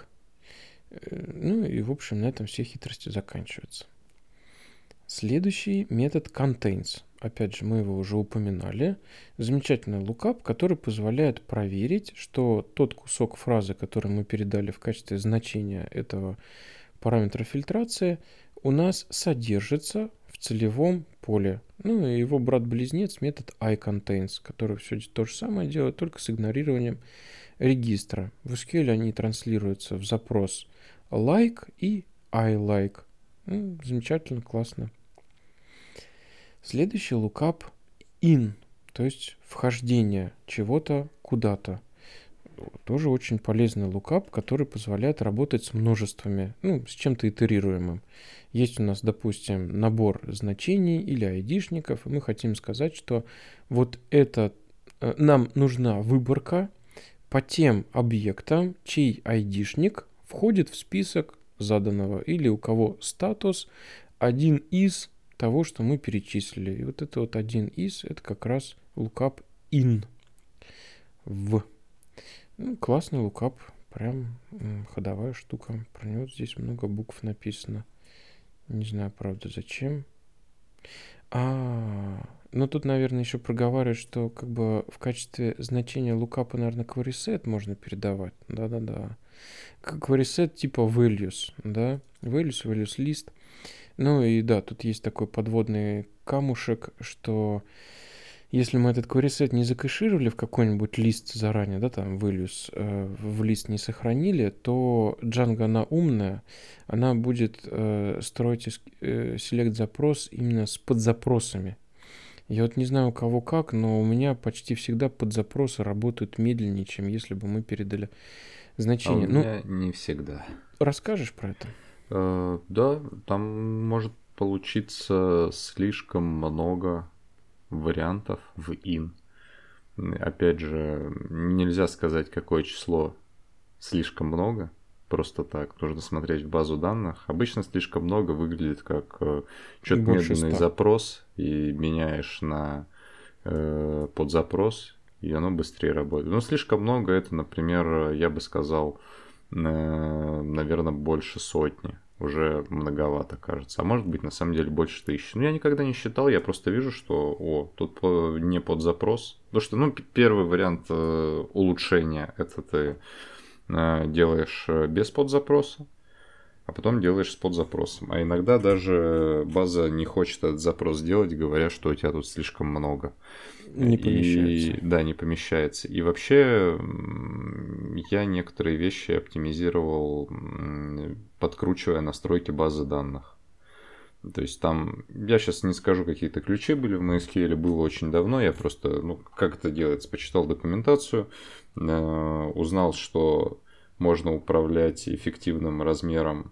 Ну и, в общем, на этом все хитрости заканчиваются. Следующий метод contains. Опять же, мы его уже упоминали. Замечательный lookup, который позволяет проверить, что тот кусок фразы, который мы передали в качестве значения этого параметра фильтрации, у нас содержится в целевом поле. Ну и его брат-близнец метод iContains, который все то же самое делает, только с игнорированием регистра. В SQL они транслируются в запрос like и iLike. Ну, замечательно, классно. Следующий lookup in, то есть вхождение чего-то куда-то. Тоже очень полезный lookup, который позволяет работать с множествами, ну, с чем-то итерируемым. Есть у нас, допустим, набор значений или айдишников, и мы хотим сказать, что вот это нам нужна выборка по тем объектам, чей айдишник входит в список заданного или у кого статус один из того, что мы перечислили. И вот это вот один из, это как раз lookup in. Классный лукап, прям ходовая штука. Про него здесь много букв написано. Не знаю, правда, зачем. Ну тут, наверное, еще проговаривают, что как бы в качестве значения лукапа, наверное, query set можно передавать. Да-да-да. Query set типа values, да? Values list. Ну и да, тут есть такой подводный камушек, что если мы этот query set не закэшировали в какой-нибудь лист заранее, да, там values в лист не сохранили, то Django, она умная, она будет строить select запрос именно с подзапросами. Я вот не знаю у кого как, но у меня почти всегда подзапросы работают медленнее, чем если бы мы передали значение. А у меня не всегда. Расскажешь про это? Да, там может получиться слишком много вариантов в in. Опять же, нельзя сказать, какое число слишком много, просто так. Нужно смотреть в базу данных. Обычно слишком много выглядит как что-то медленный запрос, и меняешь на подзапрос, и оно быстрее работает. Но слишком много, это, например, я бы сказал, наверное, больше сотни. Уже многовато, кажется. А может быть, на самом деле, больше 1000. Ну, я никогда не считал, я просто вижу, что, тут не под запрос. Потому что, первый вариант улучшения, это ты делаешь без подзапроса, а потом делаешь с подзапросом. А иногда даже база не хочет этот запрос делать, говоря, что у тебя тут слишком много. Не помещается. Да, не помещается. И вообще я некоторые вещи оптимизировал, подкручивая настройки базы данных. То есть там, я сейчас не скажу, какие-то ключи были в MySQL, было очень давно, я просто, как это делается, почитал документацию, узнал, что можно управлять эффективным размером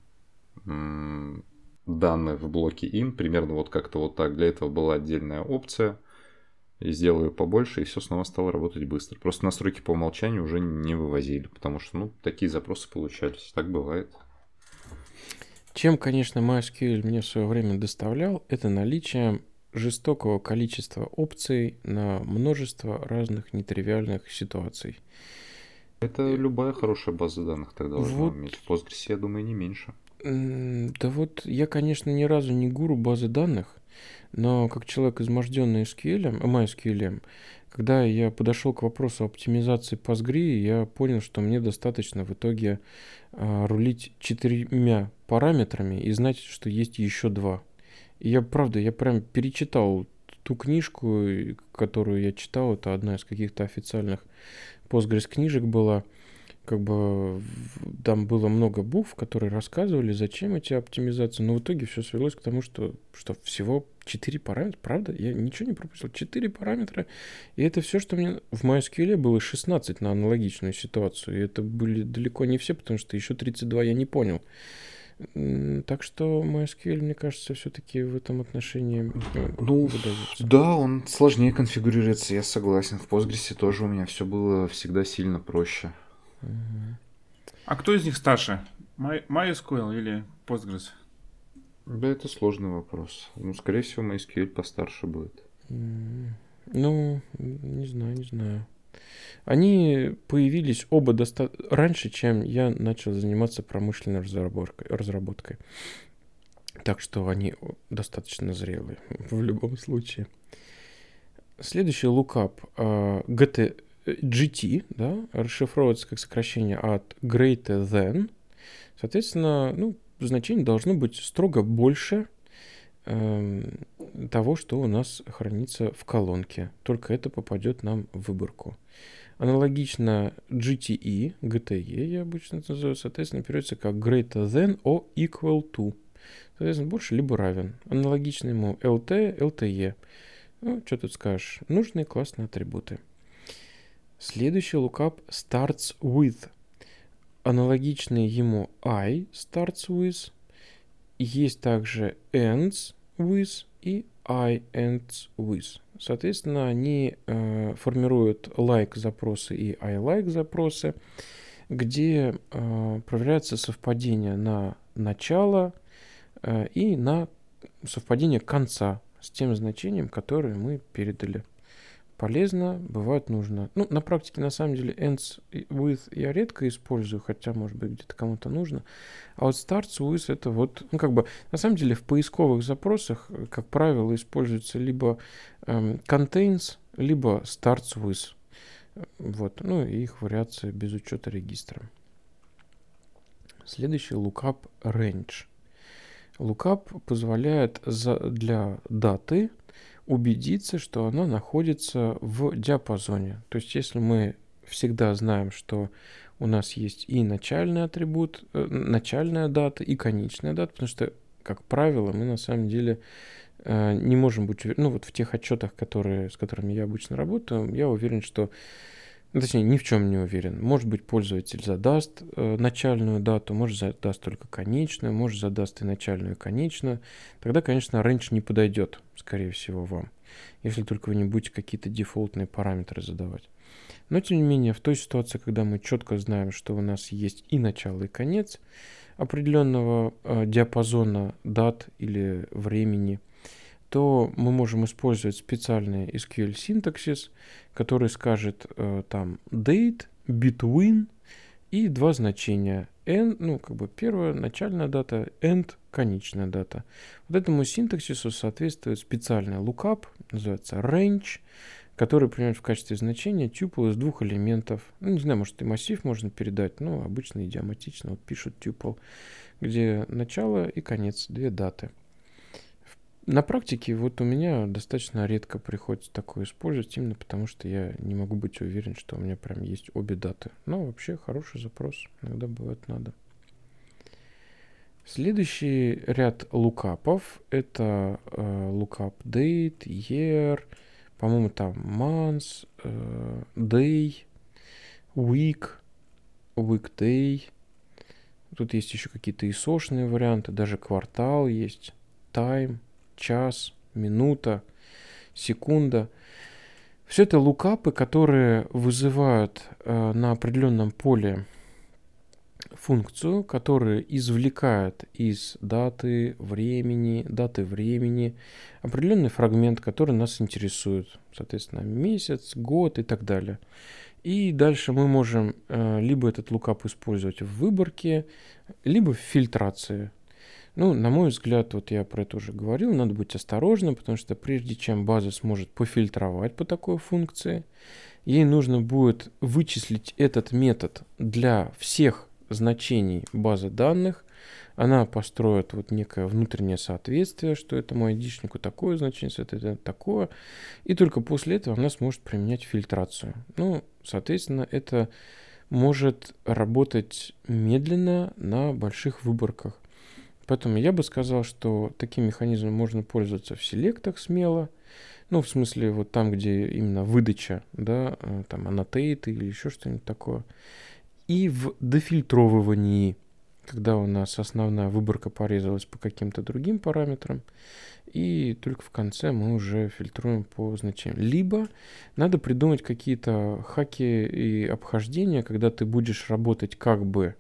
данных в блоке in, примерно вот как-то вот так. Для этого была отдельная опция. И сделаю побольше, и все снова стало работать быстро. Просто настройки по умолчанию уже не вывозили, потому что, такие запросы получались. Так бывает. Чем, конечно, MySQL мне в свое время доставлял, это наличие жестокого количества опций на множество разных нетривиальных ситуаций. Это любая хорошая база данных тогда должна иметь. В Postgres, я думаю, не меньше. Да вот я, конечно, ни разу не гуру базы данных, но как человек, изможденный MySQL, когда я подошел к вопросу оптимизации Postgre, я понял, что мне достаточно в итоге рулить 4 параметрами и знать, что есть еще 2. И я прям перечитал ту книжку, которую я читал, это одна из каких-то официальных Postgres книжек была. Как бы там было много букв, которые рассказывали, зачем эти оптимизации, но в итоге все свелось к тому, что всего 4 параметра, правда? Я ничего не пропустил. 4 параметра, и это все, что мне в MySQL было 16 на аналогичную ситуацию, и это были далеко не все, потому что еще 32 я не понял. Так что MySQL, мне кажется, все-таки в этом отношении выдается. Да, он сложнее конфигурируется, я согласен. В Postgres тоже у меня все было всегда сильно проще. А кто из них старше? MySQL или Postgres? Да, это сложный вопрос. Скорее всего, MySQL постарше будет. Не знаю. Они появились оба раньше, чем я начал заниматься промышленной разработкой. Так что они достаточно зрелые в любом случае. Следующий лукап GT, да, расшифровывается как сокращение от greater than. Соответственно, значение должно быть строго больше того, что у нас хранится в колонке. Только это попадет нам в выборку. Аналогично GTE, я обычно это называю, соответственно, переводится как greater than or equal to. Соответственно, больше либо равен. Аналогично ему LT, LTE. Что тут скажешь? Нужные классные атрибуты. Следующий lookup starts with. Аналогичный ему I starts with. Есть также ends with и I ends with. Соответственно, они формируют like запросы и I like запросы, где проверяется совпадение на начало и на совпадение конца с тем значением, которое мы передали. Полезно, бывает нужно. Ну, на практике, на самом деле, ends with я редко использую, хотя, может быть, где-то кому-то нужно. А вот starts with это вот, ну, как бы, на самом деле, в поисковых запросах, как правило, используется либо contains, либо starts with. Вот, ну, и их вариация без учета регистра. Следующий lookup range. Lookup позволяет для даты убедиться, что она находится в диапазоне. То есть, если мы всегда знаем, что у нас есть и начальный атрибут, начальная дата, и конечная дата, потому что, как правило, мы на самом деле не можем быть уверены, ну вот в тех отчетах, с которыми я обычно работаю, я уверен, что, точнее, ни в чем не уверен. Может быть, пользователь задаст начальную дату, может задаст только конечную, может задаст и начальную, и конечную. Тогда, конечно, range не подойдет, скорее всего, вам, если только вы не будете какие-то дефолтные параметры задавать. Но, тем не менее, в той ситуации, когда мы четко знаем, что у нас есть и начало, и конец определенного диапазона дат или времени, то мы можем использовать специальный SQL синтаксис, который скажет там date, between и два значения end, ну как бы первая начальная дата, end конечная дата. Вот этому синтаксису соответствует специальный lookup, называется range, который принимает в качестве значения tuple из двух элементов. Ну, не знаю, может и массив можно передать, но обычно идиоматично вот пишут tuple, где начало и конец, две даты. На практике вот у меня достаточно редко приходится такое использовать, именно потому что я не могу быть уверен, что у меня прям есть обе даты. Но вообще хороший запрос, иногда бывает надо. Следующий ряд лукапов — это lookup date, year, по-моему, там month, day, week, weekday. Тут есть еще какие-то ISO-шные варианты, даже квартал есть, time, час, минута, секунда. Все это лукапы, которые вызывают на определенном поле функцию, которая извлекает из даты времени определенный фрагмент, который нас интересует. Соответственно, месяц, год и так далее. И дальше мы можем либо этот лукап использовать в выборке, либо в фильтрации. Ну, на мой взгляд, вот я про это уже говорил, надо быть осторожным, потому что прежде чем база сможет пофильтровать по такой функции, ей нужно будет вычислить этот метод для всех значений базы данных. Она построит вот некое внутреннее соответствие, что этому айдишнику такое значение, это такое. И только после этого она сможет применять фильтрацию. Ну, соответственно, это может работать медленно на больших выборках. Поэтому я бы сказал, что таким механизмом можно пользоваться в селектах смело. Ну, в смысле, вот там, где именно выдача, да, там annotate или еще что-нибудь такое. И в дофильтровывании, когда у нас основная выборка порезалась по каким-то другим параметрам, и только в конце мы уже фильтруем по значениям. Либо надо придумать какие-то хаки и обхождения, когда ты будешь работать как бы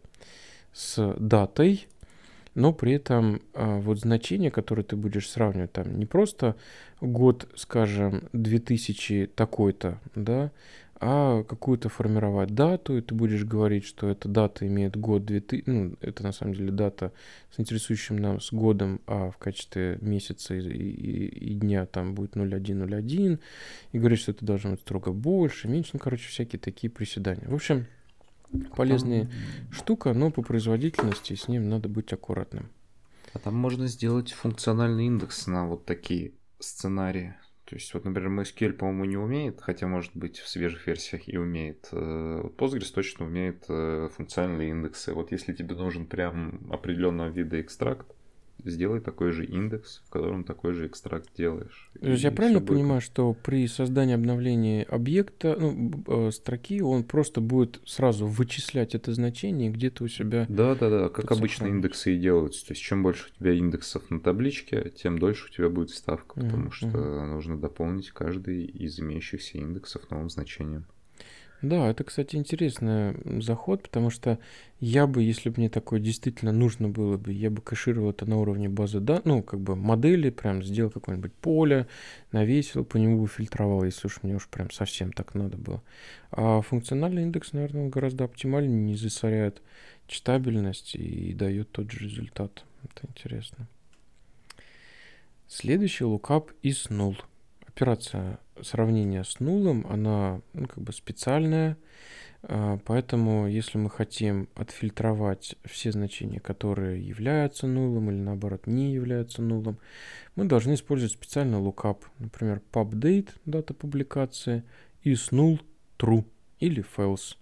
с датой, но при этом вот значение, которое ты будешь сравнивать, там не просто год, скажем, 2000 такой-то, да, а какую-то формировать дату, и ты будешь говорить, что эта дата имеет год 2000, ну, это на самом деле дата с интересующим нас годом, а в качестве месяца и дня там будет 0101, и говорить, что это должно быть строго больше, меньше, ну, короче, всякие такие приседания. В общем, полезная штука, но по производительности с ним надо быть аккуратным. А там можно сделать функциональный индекс на вот такие сценарии. То есть, вот, например, MySQL, по-моему, не умеет, хотя, может быть, в свежих версиях и умеет. Postgres точно умеет функциональные индексы. Вот если тебе нужен прям определенного вида экстракт, сделай такой же индекс, в котором такой же экстракт делаешь. То есть я правильно понимаю, что при создании обновления объекта, строки, он просто будет сразу вычислять это значение где-то у себя? Да, как обычно индексы и делаются. То есть чем больше у тебя индексов на табличке, тем дольше у тебя будет вставка, потому что нужно дополнить каждый из имеющихся индексов новым значением. Да, это, кстати, интересный заход, потому что я бы, если бы мне такое действительно нужно было бы, я бы кэшировал это на уровне базы данных, модели, прям сделал какое-нибудь поле, навесил, по нему фильтровал, если уж мне прям совсем так надо было. А функциональный индекс, наверное, он гораздо оптимальнее, не засоряет читабельность и дает тот же результат. Это интересно. Следующий lookup is null. Операция сравнения с нулом, она специальная, поэтому если мы хотим отфильтровать все значения, которые являются нулом или наоборот не являются нулом, мы должны использовать специальный lookup, например, pubDate, дата публикации, is null true или false.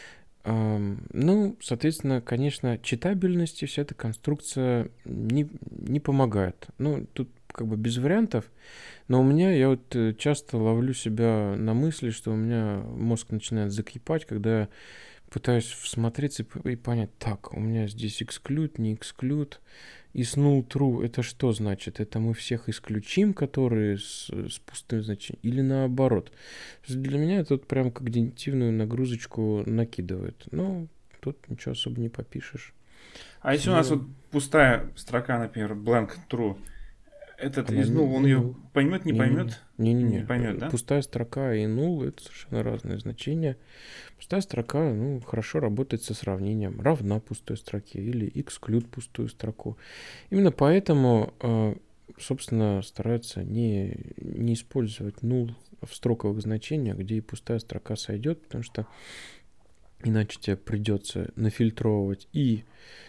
Соответственно, конечно, читабельности вся эта конструкция не помогает. Тут без вариантов, но я часто ловлю себя на мысли, что у меня мозг начинает закипать, когда я пытаюсь всмотреться и понять, так, у меня здесь exclude, не exclude, is null true, это что значит? Это мы всех исключим, которые с пустым значением, или наоборот? Для меня это прям когнитивную нагрузочку накидывает. Тут ничего особо не попишешь. А если у нас пустая строка, например, blank true, этот из null, он ее поймет, не поймет? Не поймет, да? Пустая строка и null — это совершенно разные значения. Пустая строка, хорошо работает со сравнением. Равна пустой строке или exclude пустую строку. Именно поэтому, собственно, стараются не использовать null в строковых значениях, где и пустая строка сойдет, потому что иначе тебе придется нафильтровывать и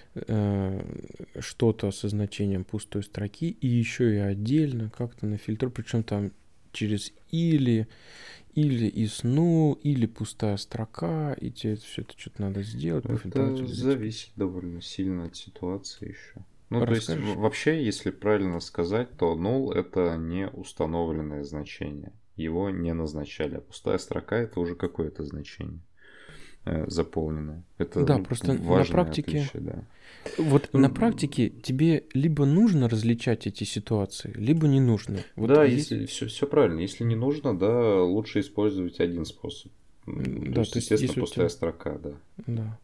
что-то со значением пустой строки, и еще и отдельно как-то нафильтровать, причем там через или из null, или пустая строка, и тебе все это что-то надо сделать. Это зависит довольно сильно от ситуации еще. То есть, вообще, если правильно сказать, то null — это не установленное значение. Его не назначали. А пустая строка — это уже какое-то значение заполненное. Это просто на практике, отличие, да. На практике тебе либо нужно различать эти ситуации, либо не нужно. Если все правильно. Если не нужно, да, лучше использовать один способ. То есть, естественно, пустая строка, да. Да.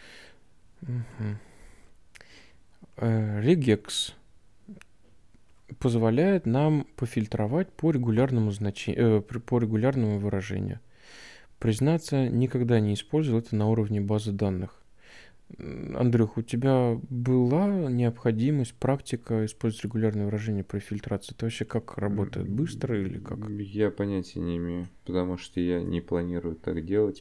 Regex позволяет нам пофильтровать по регулярному выражению. Признаться, никогда не использовал это на уровне базы данных. Андрюх, у тебя была необходимость, практика использовать регулярное выражение при фильтрации? Это вообще как работает? Быстро или как? Я понятия не имею, потому что я не планирую так делать,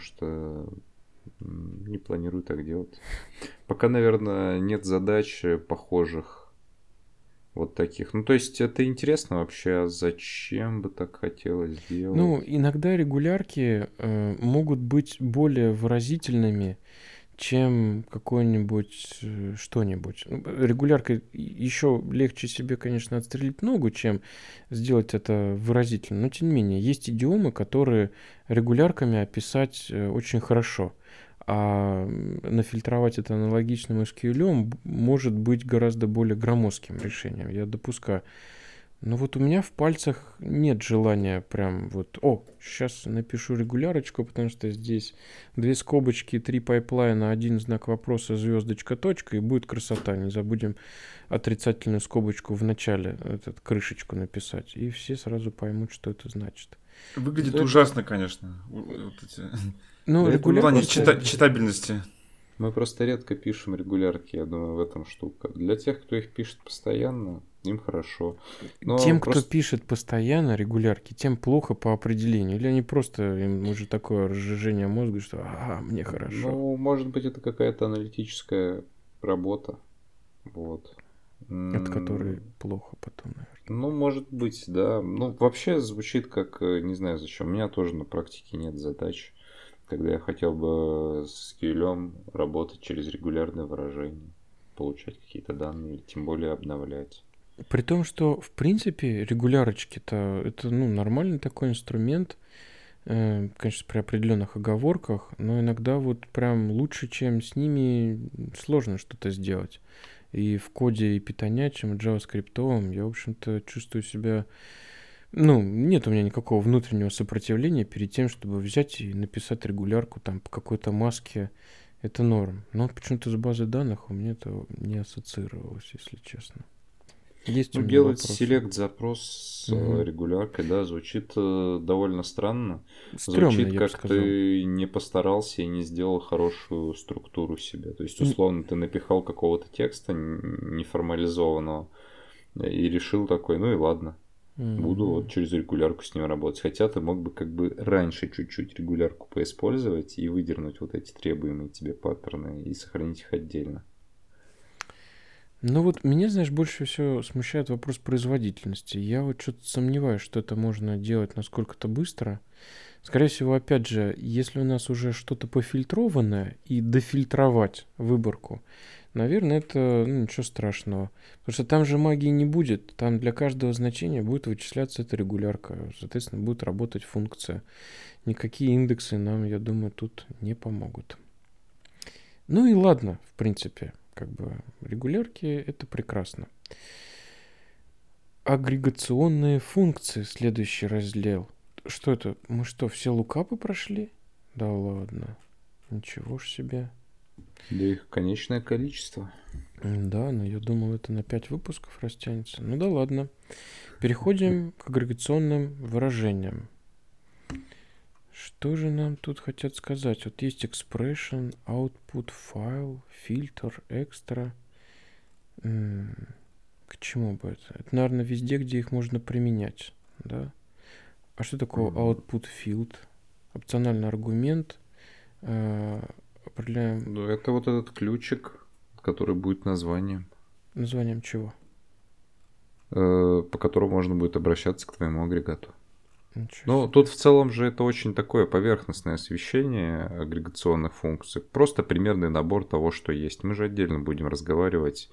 Пока, наверное, нет задач похожих вот таких. То есть это интересно вообще, а зачем бы так хотелось сделать? Иногда регулярки могут быть более выразительными, чем какой-нибудь что-нибудь. Регуляркой еще легче себе, конечно, отстрелить ногу, чем сделать это выразительно. Но, тем не менее, есть идиомы, которые регулярками описать очень хорошо. А нафильтровать это аналогичным SQL может быть гораздо более громоздким решением. Я допускаю. Но у меня в пальцах нет желания прям сейчас напишу регулярочку, потому что здесь 2 скобочки, 3 пайплайна, 1 знак вопроса, звездочка, точка, и будет красота. Не забудем отрицательную скобочку в начале, крышечку написать, и все сразу поймут, что это значит. Выглядит ужасно, конечно. Регулярно. В плане читабельности. Мы просто редко пишем регулярки, я думаю, в этом штука. Для тех, кто их пишет постоянно, им хорошо. Тем, кто пишет постоянно регулярки, тем плохо по определению. Или они просто, им уже такое разжижение мозга, что мне хорошо. Может быть, это какая-то аналитическая работа. Вот. От которой плохо потом, наверное. Может быть, да. Вообще звучит как, не знаю зачем. У меня тоже на практике нет задач, когда я хотел бы с SQL работать через регулярное выражение. получать какие-то данные, или тем более обновлять. При том, что, в принципе, регулярочки-то это, нормальный такой инструмент, конечно, при определенных оговорках, но иногда вот прям лучше, чем с ними, сложно что-то сделать. И в коде и питонячем, и джаваскриптовом я, в общем-то, чувствую себя... нет у меня никакого внутреннего сопротивления перед тем, чтобы взять и написать регулярку там по какой-то маске. Это норм. Но почему-то с базой данных у меня это не ассоциировалось, если честно. Есть у меня делать вопросы. селект-запрос с регуляркой, да, звучит довольно странно. Стрёмно, звучит, я бы как сказал. ты не постарался и не сделал хорошую структуру себе. То есть, условно, ты напихал какого-то текста неформализованного и решил такой, ну и ладно. Буду вот через регулярку с ним работать. Хотя ты мог бы как бы раньше чуть-чуть регулярку поиспользовать и выдернуть вот эти требуемые тебе паттерны и сохранить их отдельно. Вот меня, знаешь, больше всего смущает вопрос производительности. Я вот что-то сомневаюсь, что это можно делать насколько-то быстро. Скорее всего, опять же, если у нас уже что-то пофильтрованное и дофильтровать выборку, наверное, это ничего страшного. Потому что там же магии не будет. Там для каждого значения будет вычисляться эта регулярка. Соответственно, будет работать функция. Никакие индексы нам, я думаю, тут не помогут. Ну и ладно, в принципе. Как бы регулярки — это прекрасно. Агрегационные функции, следующий раздел. Что это? Мы что, все лукапы прошли? Да ладно. Ничего ж себе. Да их конечное количество. Да, но я думал, это на 5 выпусков растянется. Ну да ладно. Переходим к агрегационным выражениям. Что же нам тут хотят сказать? Вот есть expression, output, file, filter, extra. К чему бы это? Это, наверное, везде, где их можно применять, да? А что такое output field? Опциональный аргумент. Определяем... Ну, это вот этот ключик, который будет названием. Названием чего? По которому можно будет обращаться к твоему агрегату. Ну, тут в целом же это очень такое поверхностное освещение агрегационных функций. Просто примерный набор того, что есть. Мы же отдельно будем разговаривать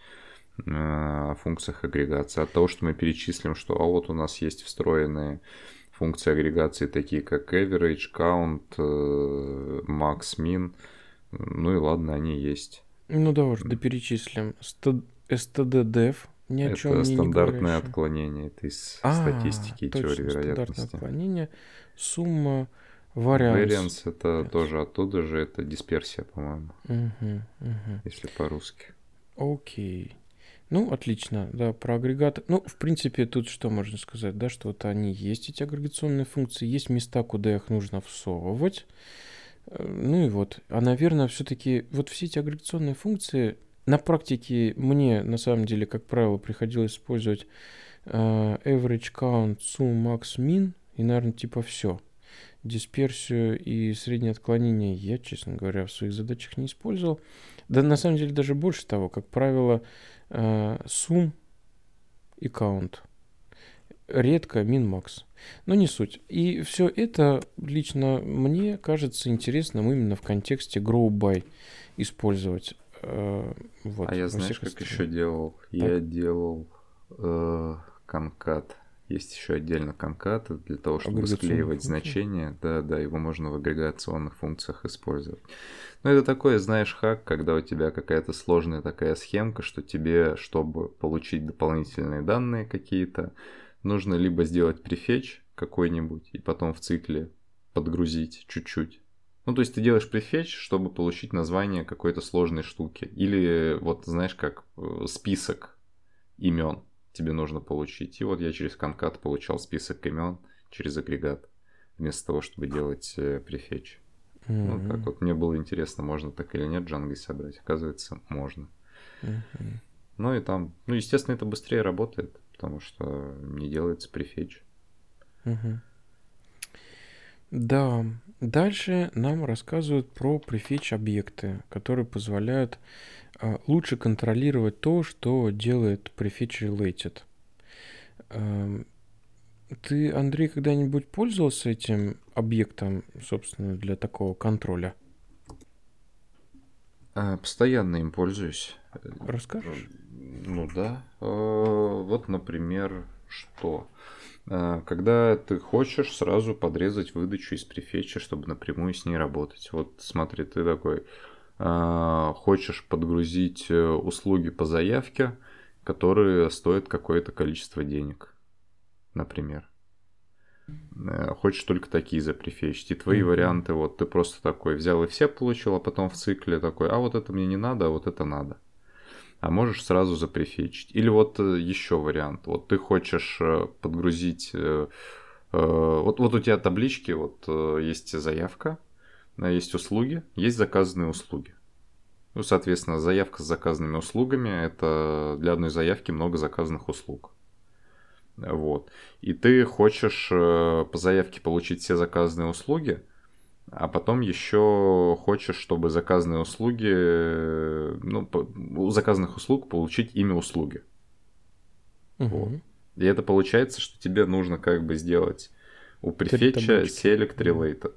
о функциях агрегации. От того, что мы перечислим, что вот у нас есть встроенные функции агрегации, такие как average, count, max, min. Ну и ладно, они есть. Ну да, уж доперечислим. std-def. Ни о чем это мне стандартное не отклонение, это из статистики и теории вероятности. Стандартное отклонение. Сумма, variance. Variance это тоже оттуда же, это дисперсия, по-моему. Если по-русски. Окей. Ну, отлично, да, про агрегаты. Ну, в принципе, тут что можно сказать, да, что вот они есть, эти агрегационные функции, есть места, куда их нужно всовывать. Ну и вот, наверное, все-таки вот все эти агрегационные функции... На практике мне, на самом деле, как правило, приходилось использовать average, count, sum, max, min, и, наверное, типа все. Дисперсию и среднее отклонение я, честно говоря, в своих задачах не использовал. Да, на самом деле, даже больше того, как правило, sum и count. Редко min, max. Но не суть. И все это лично мне кажется интересным именно в контексте grow by использовать. Вот, а я знаешь, как еще делал? Так? Я делал конкат. Есть еще отдельно конкат для того, чтобы склеивать значения. Да, его можно в агрегационных функциях использовать. Но это такое, знаешь, хак, когда у тебя какая-то сложная такая схемка, что тебе, чтобы получить дополнительные данные какие-то, нужно либо сделать префетч какой-нибудь и потом в цикле подгрузить чуть-чуть. Ну, то есть ты делаешь префетч, чтобы получить название какой-то сложной штуки. Или вот, знаешь, как список имен тебе нужно получить. И вот я через конкат получал список имен через агрегат, вместо того, чтобы делать префетч. Ну, так вот мне было интересно, можно так или нет Django собрать. Оказывается, можно. Ну, и там, естественно, это быстрее работает, потому что не делается префетч. Да, дальше нам рассказывают про prefetch-объекты, которые позволяют лучше контролировать то, что делает prefetch-related. Ты, Андрей, когда-нибудь пользовался этим объектом, собственно, для такого контроля? Постоянно им пользуюсь. Расскажешь? Ну да. Вот, например, что? Когда ты хочешь сразу подрезать выдачу из префетча, чтобы напрямую с ней работать. Вот смотри, ты такой хочешь подгрузить услуги по заявке, которые стоят какое-то количество денег, например. Хочешь только такие запрефетчить. И твои варианты, вот ты просто такой взял и все получил, а потом в цикле такой, а вот это мне не надо, а вот это надо. А можешь сразу запрефетчить. Или вот еще вариант. Вот ты хочешь подгрузить... Вот у тебя таблички, вот есть заявка, есть услуги, есть заказанные услуги. Ну, соответственно, заявка с заказанными услугами – это для одной заявки много заказанных услуг. Вот. И ты хочешь по заявке получить все заказанные услуги, а потом еще хочешь, чтобы заказанные услуги, у заказанных услуг получить имя услуги. Вот. И это получается, что тебе нужно как бы сделать у префетча select related.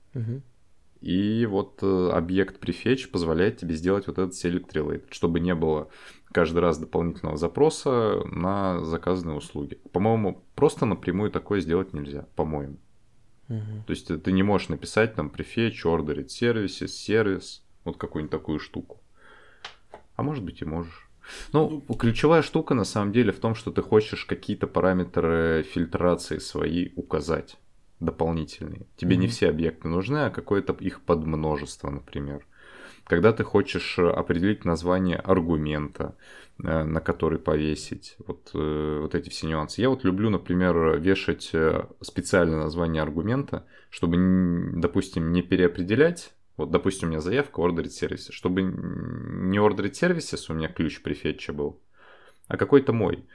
И вот объект prefetch позволяет тебе сделать вот этот select related, чтобы не было каждый раз дополнительного запроса на заказанные услуги. По-моему, просто напрямую такое сделать нельзя, по-моему. То есть ты не можешь написать там prefetch, ordered services, сервис, вот какую-нибудь такую штуку. А может быть и можешь. Ну, ключевая штука на самом деле в том, что ты хочешь какие-то параметры фильтрации свои указать дополнительные. Тебе не все объекты нужны, а какое-то их подмножество, например. Когда ты хочешь определить название аргумента, на который повесить, вот эти все нюансы. Я вот люблю, например, вешать специальное название аргумента, чтобы, допустим, не переопределять. Вот, допустим, у меня заявка ordered services, чтобы не ordered services у меня ключ префетча был, а какой-то мой.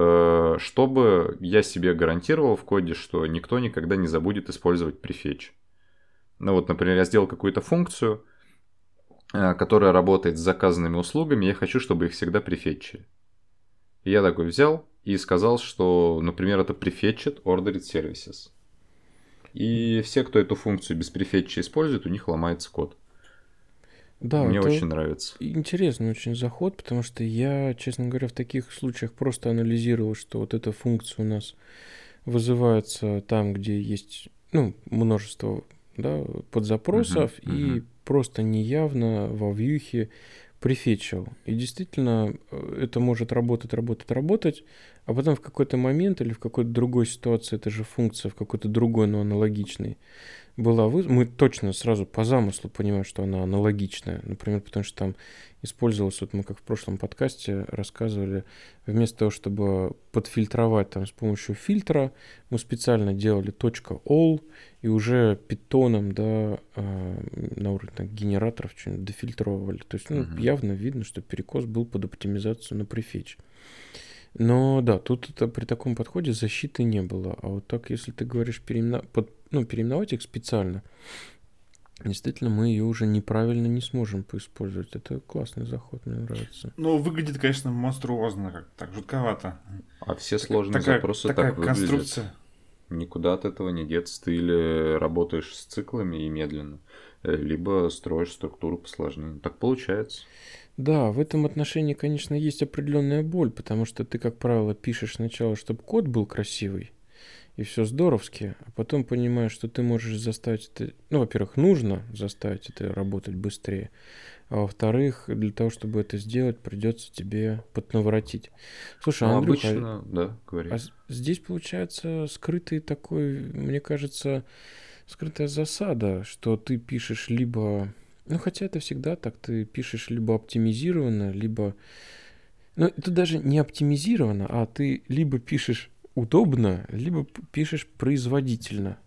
Чтобы я себе гарантировал в коде, что никто никогда не забудет использовать префетч. Ну вот, например, я сделал какую-то функцию, которая работает с заказанными услугами, я хочу, чтобы их всегда префетчили. И я такой взял и сказал, что, например, это prefetched ordered services. И все, кто эту функцию без префетча использует, у них ломается код. Да, мне это очень нравится. Интересный очень заход, потому что я, честно говоря, в таких случаях просто анализировал, что вот эта функция у нас вызывается там, где есть множество подзапросов, и просто неявно во вьюхе префетчил. И действительно, это может работать, а потом в какой-то момент или в какой-то другой ситуации эта же функция в какой-то другой, но аналогичной была мы точно сразу по замыслу понимаем, что она аналогичная. Например, потому что там использовалось, вот мы как в прошлом подкасте рассказывали, вместо того, чтобы подфильтровать там с помощью фильтра, мы специально делали .all и уже питоном, на уровне генераторов что-нибудь дофильтровывали. То есть, явно видно, что перекос был под оптимизацию на префетч. Но да, тут при таком подходе защиты не было. А вот так, если ты говоришь переименовать их специально, действительно, мы ее уже неправильно не сможем поиспользовать. Это классный заход, мне нравится. Ну, выглядит, конечно, монструозно, как так жутковато. А все сложные запросы так выглядят. Конструкция. Никуда от этого не деться. Ты или работаешь с циклами и медленно, либо строишь структуру посложнее. Так получается. Да, в этом отношении, конечно, есть определенная боль, потому что ты, как правило, пишешь сначала, чтобы код был красивый, и все здоровски, а потом понимаешь, что ты можешь заставить это... во-первых, нужно заставить это работать быстрее, а во-вторых, для того, чтобы это сделать, придется тебе поднаворотить. Слушай, Андрюха, обычно, да, говори. А здесь получается скрытый такой, мне кажется, скрытая засада, что ты пишешь либо... хотя это всегда так, ты пишешь либо оптимизированно, либо... это даже не оптимизировано, а ты либо пишешь удобно, либо пишешь производительно.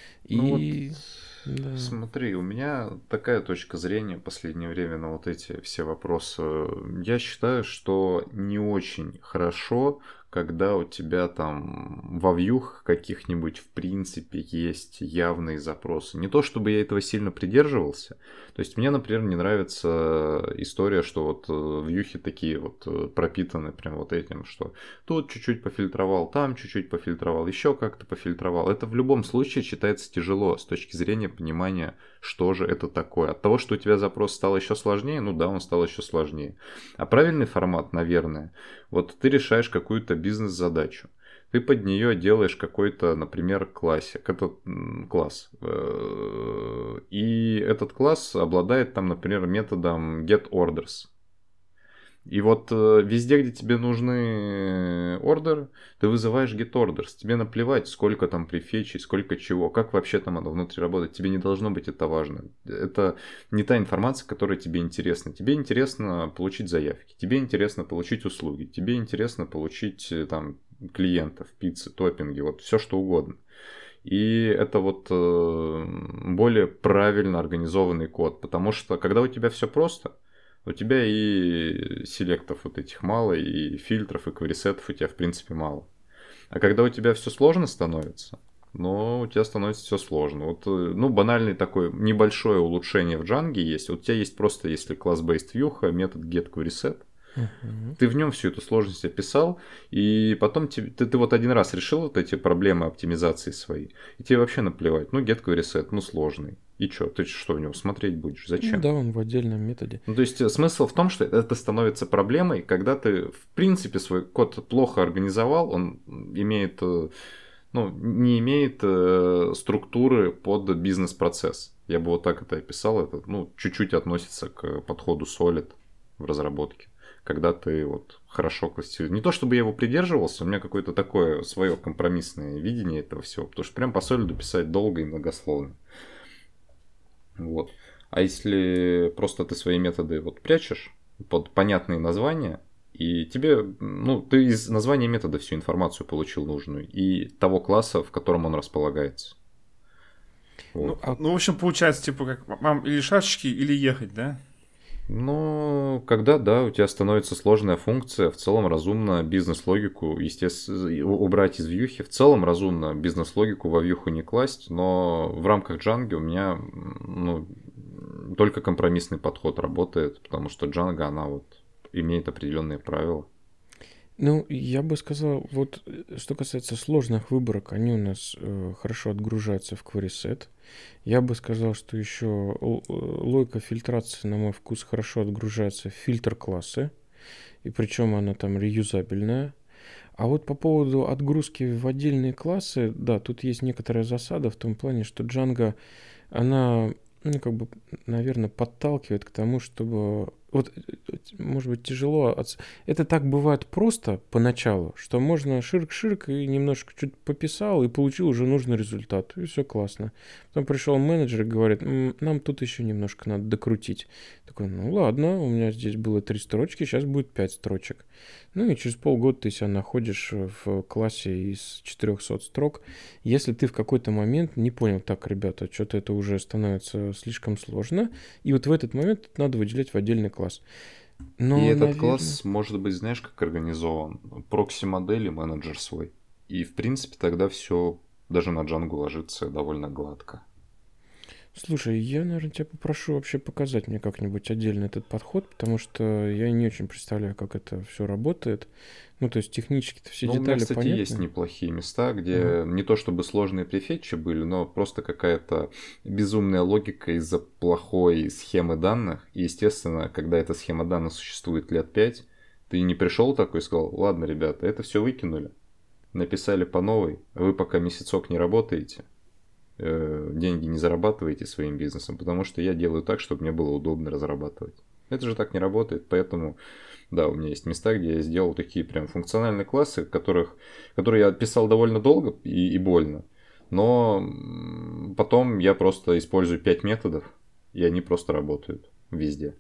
Смотри, у меня такая точка зрения в последнее время на вот эти все вопросы. Я считаю, что не очень хорошо, когда у тебя там во вьюх каких-нибудь в принципе есть явные запросы. Не то чтобы я этого сильно придерживался. То есть мне, например, не нравится история, что вот вьюхи такие вот пропитаны прям вот этим, что тут чуть-чуть пофильтровал, там чуть-чуть пофильтровал, еще как-то пофильтровал. Это в любом случае читается тяжело с точки зрения понимания, что же это такое. От того, что у тебя запрос стал еще сложнее, ну да, он стал еще сложнее. А правильный формат, наверное, вот ты решаешь какую-то бизнес-задачу. Ты под нее делаешь какой-то, например, классик, этот класс. И этот класс обладает там, например, методом getOrders. И вот везде, где тебе нужны ордеры, ты вызываешь getOrders. Тебе наплевать, сколько там префетчей, сколько чего, как вообще там оно внутри работает. Тебе не должно быть это важно. Это не та информация, которая тебе интересна. Тебе интересно получить заявки, тебе интересно получить услуги, тебе интересно получить там клиентов, пиццы, топпинги, вот все что угодно. И это вот более правильно организованный код. Потому что когда у тебя все просто, у тебя и селектов вот этих мало, и фильтров, и кварисетов у тебя в принципе мало. А когда у тебя все сложно становится, но у тебя становится все сложно. Вот, ну, банальный такое небольшое улучшение в Django есть. Вот у тебя есть просто, если class-based view, метод getQuerySet. Ты в нем всю эту сложность описал, и потом ты вот один раз решил вот эти проблемы оптимизации свои, и тебе вообще наплевать. Ну, getQuerySet, ну, сложный. И что? Ты что в него смотреть будешь? Зачем? Ну да, он в отдельном методе. Ну, то есть смысл в том, что это становится проблемой, когда ты, в принципе, свой код плохо организовал, он имеет, ну, не имеет структуры под бизнес-процесс. Я бы вот так это описал. Это, ну, чуть-чуть относится к подходу Solid в разработке. Когда ты вот хорошо классифицируешь. Не то чтобы я его придерживался, у меня какое-то такое свое компромиссное видение этого всего. Потому что прям по Solid писать долго и многословно. Вот. А если просто ты свои методы вот прячешь под понятные названия, и тебе, ну, ты из названия метода всю информацию получил нужную и того класса, в котором он располагается. Вот. Ну, в общем, получается, типа, как вам или шашечки, или ехать, да? Ну, когда, да, у тебя становится сложная функция, в целом разумно бизнес-логику, естественно, убрать из вьюхи. В целом разумно бизнес-логику во вьюху не класть, но в рамках Django у меня, ну, только компромиссный подход работает, потому что Django, она вот имеет определенные правила. Ну, я бы сказал, вот что касается сложных выборок, они у нас хорошо отгружаются в QuerySet. Я бы сказал, что еще логика фильтрации, на мой вкус, хорошо отгружается в фильтр-классы. И причем она там реюзабельная. А вот по поводу отгрузки в отдельные классы, да, тут есть некоторая засада в том плане, что Django, она, ну, как бы, наверное, подталкивает к тому, чтобы... Вот, может быть, тяжело... Это так бывает просто поначалу, что можно ширк-ширк и немножко что-то пописал и получил уже нужный результат. И все классно. Потом пришел менеджер и говорит, нам тут еще немножко надо докрутить. Такой, ну ладно, у меня здесь было 3 строчки, сейчас будет 5 строчек. Ну и через полгода ты себя находишь в классе из 400 строк. Если ты в какой-то момент не понял, так, ребята, что-то это уже становится слишком сложно, и вот в этот момент надо выделять в отдельный класс. Но, и этот наверное... класс может быть, знаешь, как организован? Прокси-модели, менеджер свой. И, в принципе, тогда все даже на Django ложится довольно гладко. Слушай, я, наверное, тебя попрошу вообще показать мне как-нибудь отдельно этот подход, потому что я не очень представляю, как это все работает. Ну, то есть технически-то все детали понятны. У меня, кстати, есть неплохие места, где не то чтобы сложные префетчи были, но просто какая-то безумная логика из-за плохой схемы данных. И, естественно, когда эта схема данных существует лет 5, ты не пришел такой и сказал, ладно, ребята, это все выкинули, написали по новой, вы пока месяцок не работаете, деньги не зарабатываете своим бизнесом, потому что я делаю так, чтобы мне было удобно разрабатывать. Это же так не работает, поэтому, да, у меня есть места, где я сделал такие прям функциональные классы, которые я писал довольно долго и больно, но потом я просто использую 5 методов, и они просто работают везде.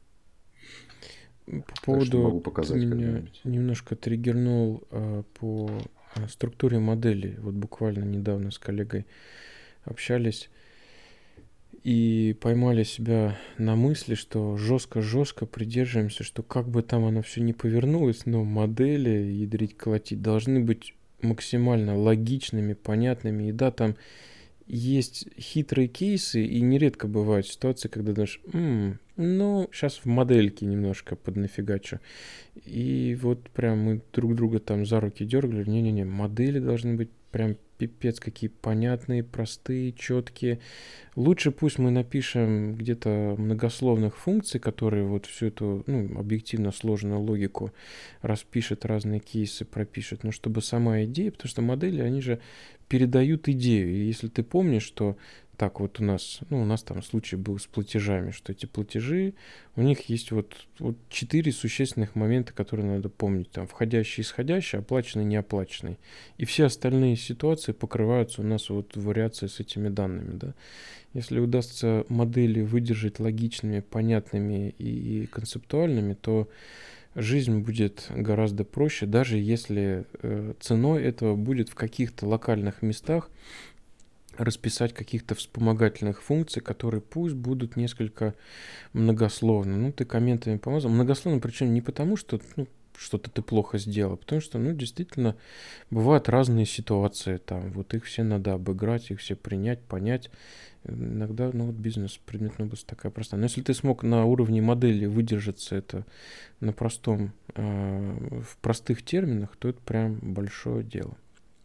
По поводу, могу показать, ты меня немножко триггернул по структуре моделей. Вот буквально недавно с коллегой общались. и поймали себя на мысли, что жестко-жестко придерживаемся, что как бы там оно все не повернулось, но модели ядрить, колотить должны быть максимально логичными, понятными. И да, там есть хитрые кейсы, и нередко бывают ситуации, когда думаешь, ну, сейчас в модельке немножко поднафигачу. И вот прям мы друг друга там за руки дергали. Не-не-не, модели должны быть прям пипец какие понятные, простые, четкие. Лучше пусть мы напишем где-то многословных функций, которые вот всю эту, ну, объективно сложную логику распишет, разные кейсы пропишет, но чтобы сама идея, потому что модели, они же передают идею. И если ты помнишь, что так вот у нас там случай был с платежами, что эти платежи, у них есть вот 4 существенных момента, которые надо помнить. Там входящий, исходящий, оплаченный, неоплаченный. И все остальные ситуации покрываются у нас вот вариацией с этими данными, да. Если удастся модели выдержать логичными, понятными и концептуальными, то жизнь будет гораздо проще, даже если ценой этого будет в каких-то локальных местах расписать каких-то вспомогательных функций, которые пусть будут несколько многословны. Ну, ты комментами помазал. Многословно, причем не потому, что что-то ты плохо сделал, потому что, действительно, бывают разные ситуации, там, вот их все надо обыграть, их все принять, понять. Иногда, бизнес-предметная область такая простая. Но если ты смог на уровне модели выдержаться это на простом, в простых терминах, то это прям большое дело.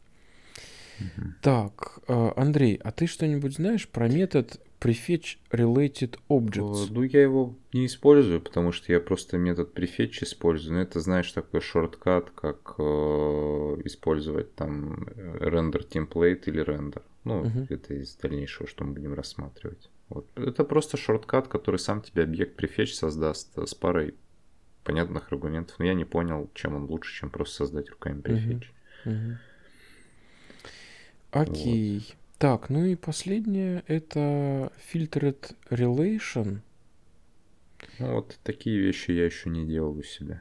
Так, Андрей, а ты что-нибудь знаешь про метод prefetch related objects? Я его не использую, потому что я просто метод prefetch использую. Но это, знаешь, такой шорткат, как использовать там render template или render. Это из дальнейшего, что мы будем рассматривать. Вот. Это просто шорткат, который сам тебе объект prefetch создаст с парой понятных аргументов. Но я не понял, чем он лучше, чем просто создать руками prefetch. Окей. Вот. Так, и последнее это filtered relation. Вот такие вещи я еще не делал у себя.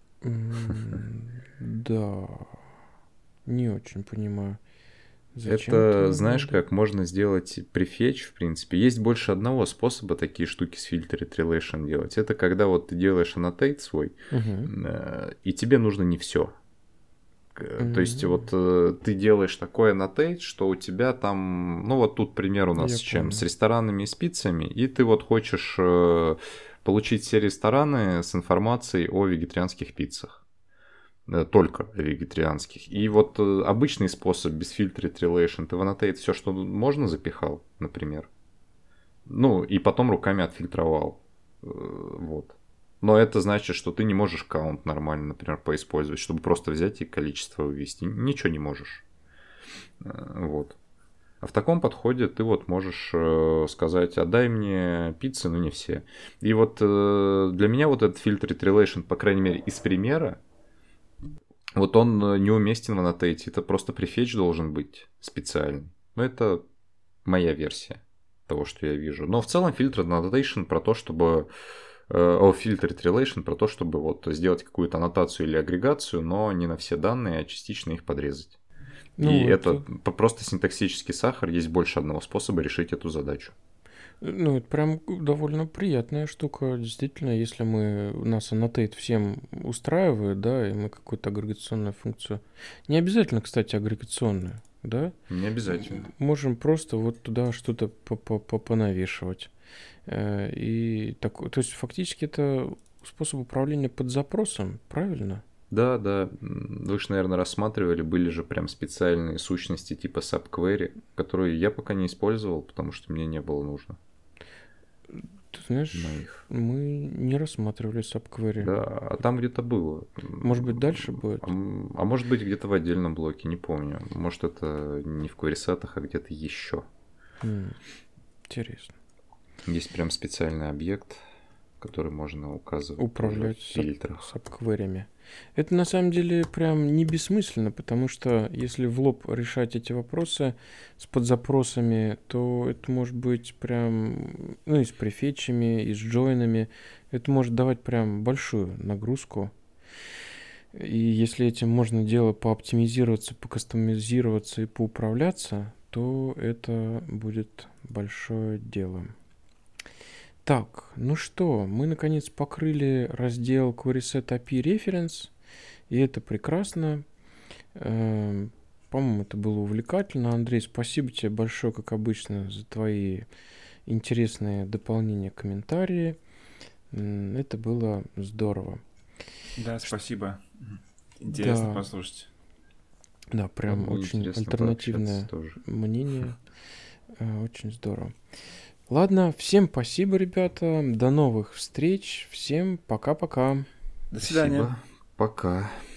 Да. Не очень понимаю. Зачем это, знаешь, как можно сделать prefetch, в принципе. Есть больше одного способа такие штуки с filtered relation делать. Это когда вот ты делаешь annotate свой, и тебе нужно не все. То есть вот ты делаешь такой annotate, что у тебя там, вот тут пример у нас с чем? С ресторанами и с пиццами, и ты вот хочешь получить все рестораны с информацией о вегетарианских пиццах. Только вегетарианских. И вот обычный способ без filtered relation, ты в annotate все, что можно, запихал, например. И потом руками отфильтровал. Вот. Но это значит, что ты не можешь каунт нормально, например, поиспользовать, чтобы просто взять и количество вывести. Ничего не можешь. Вот. А в таком подходе ты вот можешь сказать, отдай мне пиццы, но не все. И вот для меня вот этот filtered relation, по крайней мере, из примера, вот он неуместен в annotate. Это просто prefetch должен быть специальный. Но это моя версия того, что я вижу. Но в целом filtered annotation про то, чтобы... filtered relation про то, чтобы вот сделать какую-то аннотацию или агрегацию, но не на все данные, а частично их подрезать. Это просто синтаксический сахар, есть больше одного способа решить эту задачу. Это прям довольно приятная штука. Действительно, если нас annotate всем устраивает, да, и мы какую-то агрегационную функцию... Не обязательно, кстати, агрегационную, да? Не обязательно. Можем просто вот туда что-то понавешивать. То есть фактически это способ управления под запросом, правильно? Да. Вы же, наверное, рассматривали, были же прям специальные сущности типа subquery, которые я пока не использовал, потому что мне не было нужно. Ты знаешь, мы не рассматривали subquery. Да, а там где-то было. Может быть, дальше будет? А может быть, где-то в отдельном блоке, не помню. Может, это не в query-сетах, а где-то еще. Интересно. Есть прям специальный объект, который можно указывать. Управлять subquery'ами. Это на самом деле прям не бессмысленно, потому что если в лоб решать эти вопросы с подзапросами, то это может быть прям, и с префетчами, и с джойнами, это может давать прям большую нагрузку. И если этим можно дело пооптимизироваться, покастомизироваться и поуправляться, то это будет большое дело. Так, ну что, мы наконец покрыли раздел Query Set API Reference, и это прекрасно. По-моему, это было увлекательно. Андрей, спасибо тебе большое, как обычно, за твои интересные дополнения, комментарии. Это было здорово. Да, спасибо. Интересно послушать. Да, прям очень альтернативное мнение. Очень здорово. Ладно, всем спасибо, ребята. До новых встреч. Всем пока-пока. До свидания. Спасибо. Пока.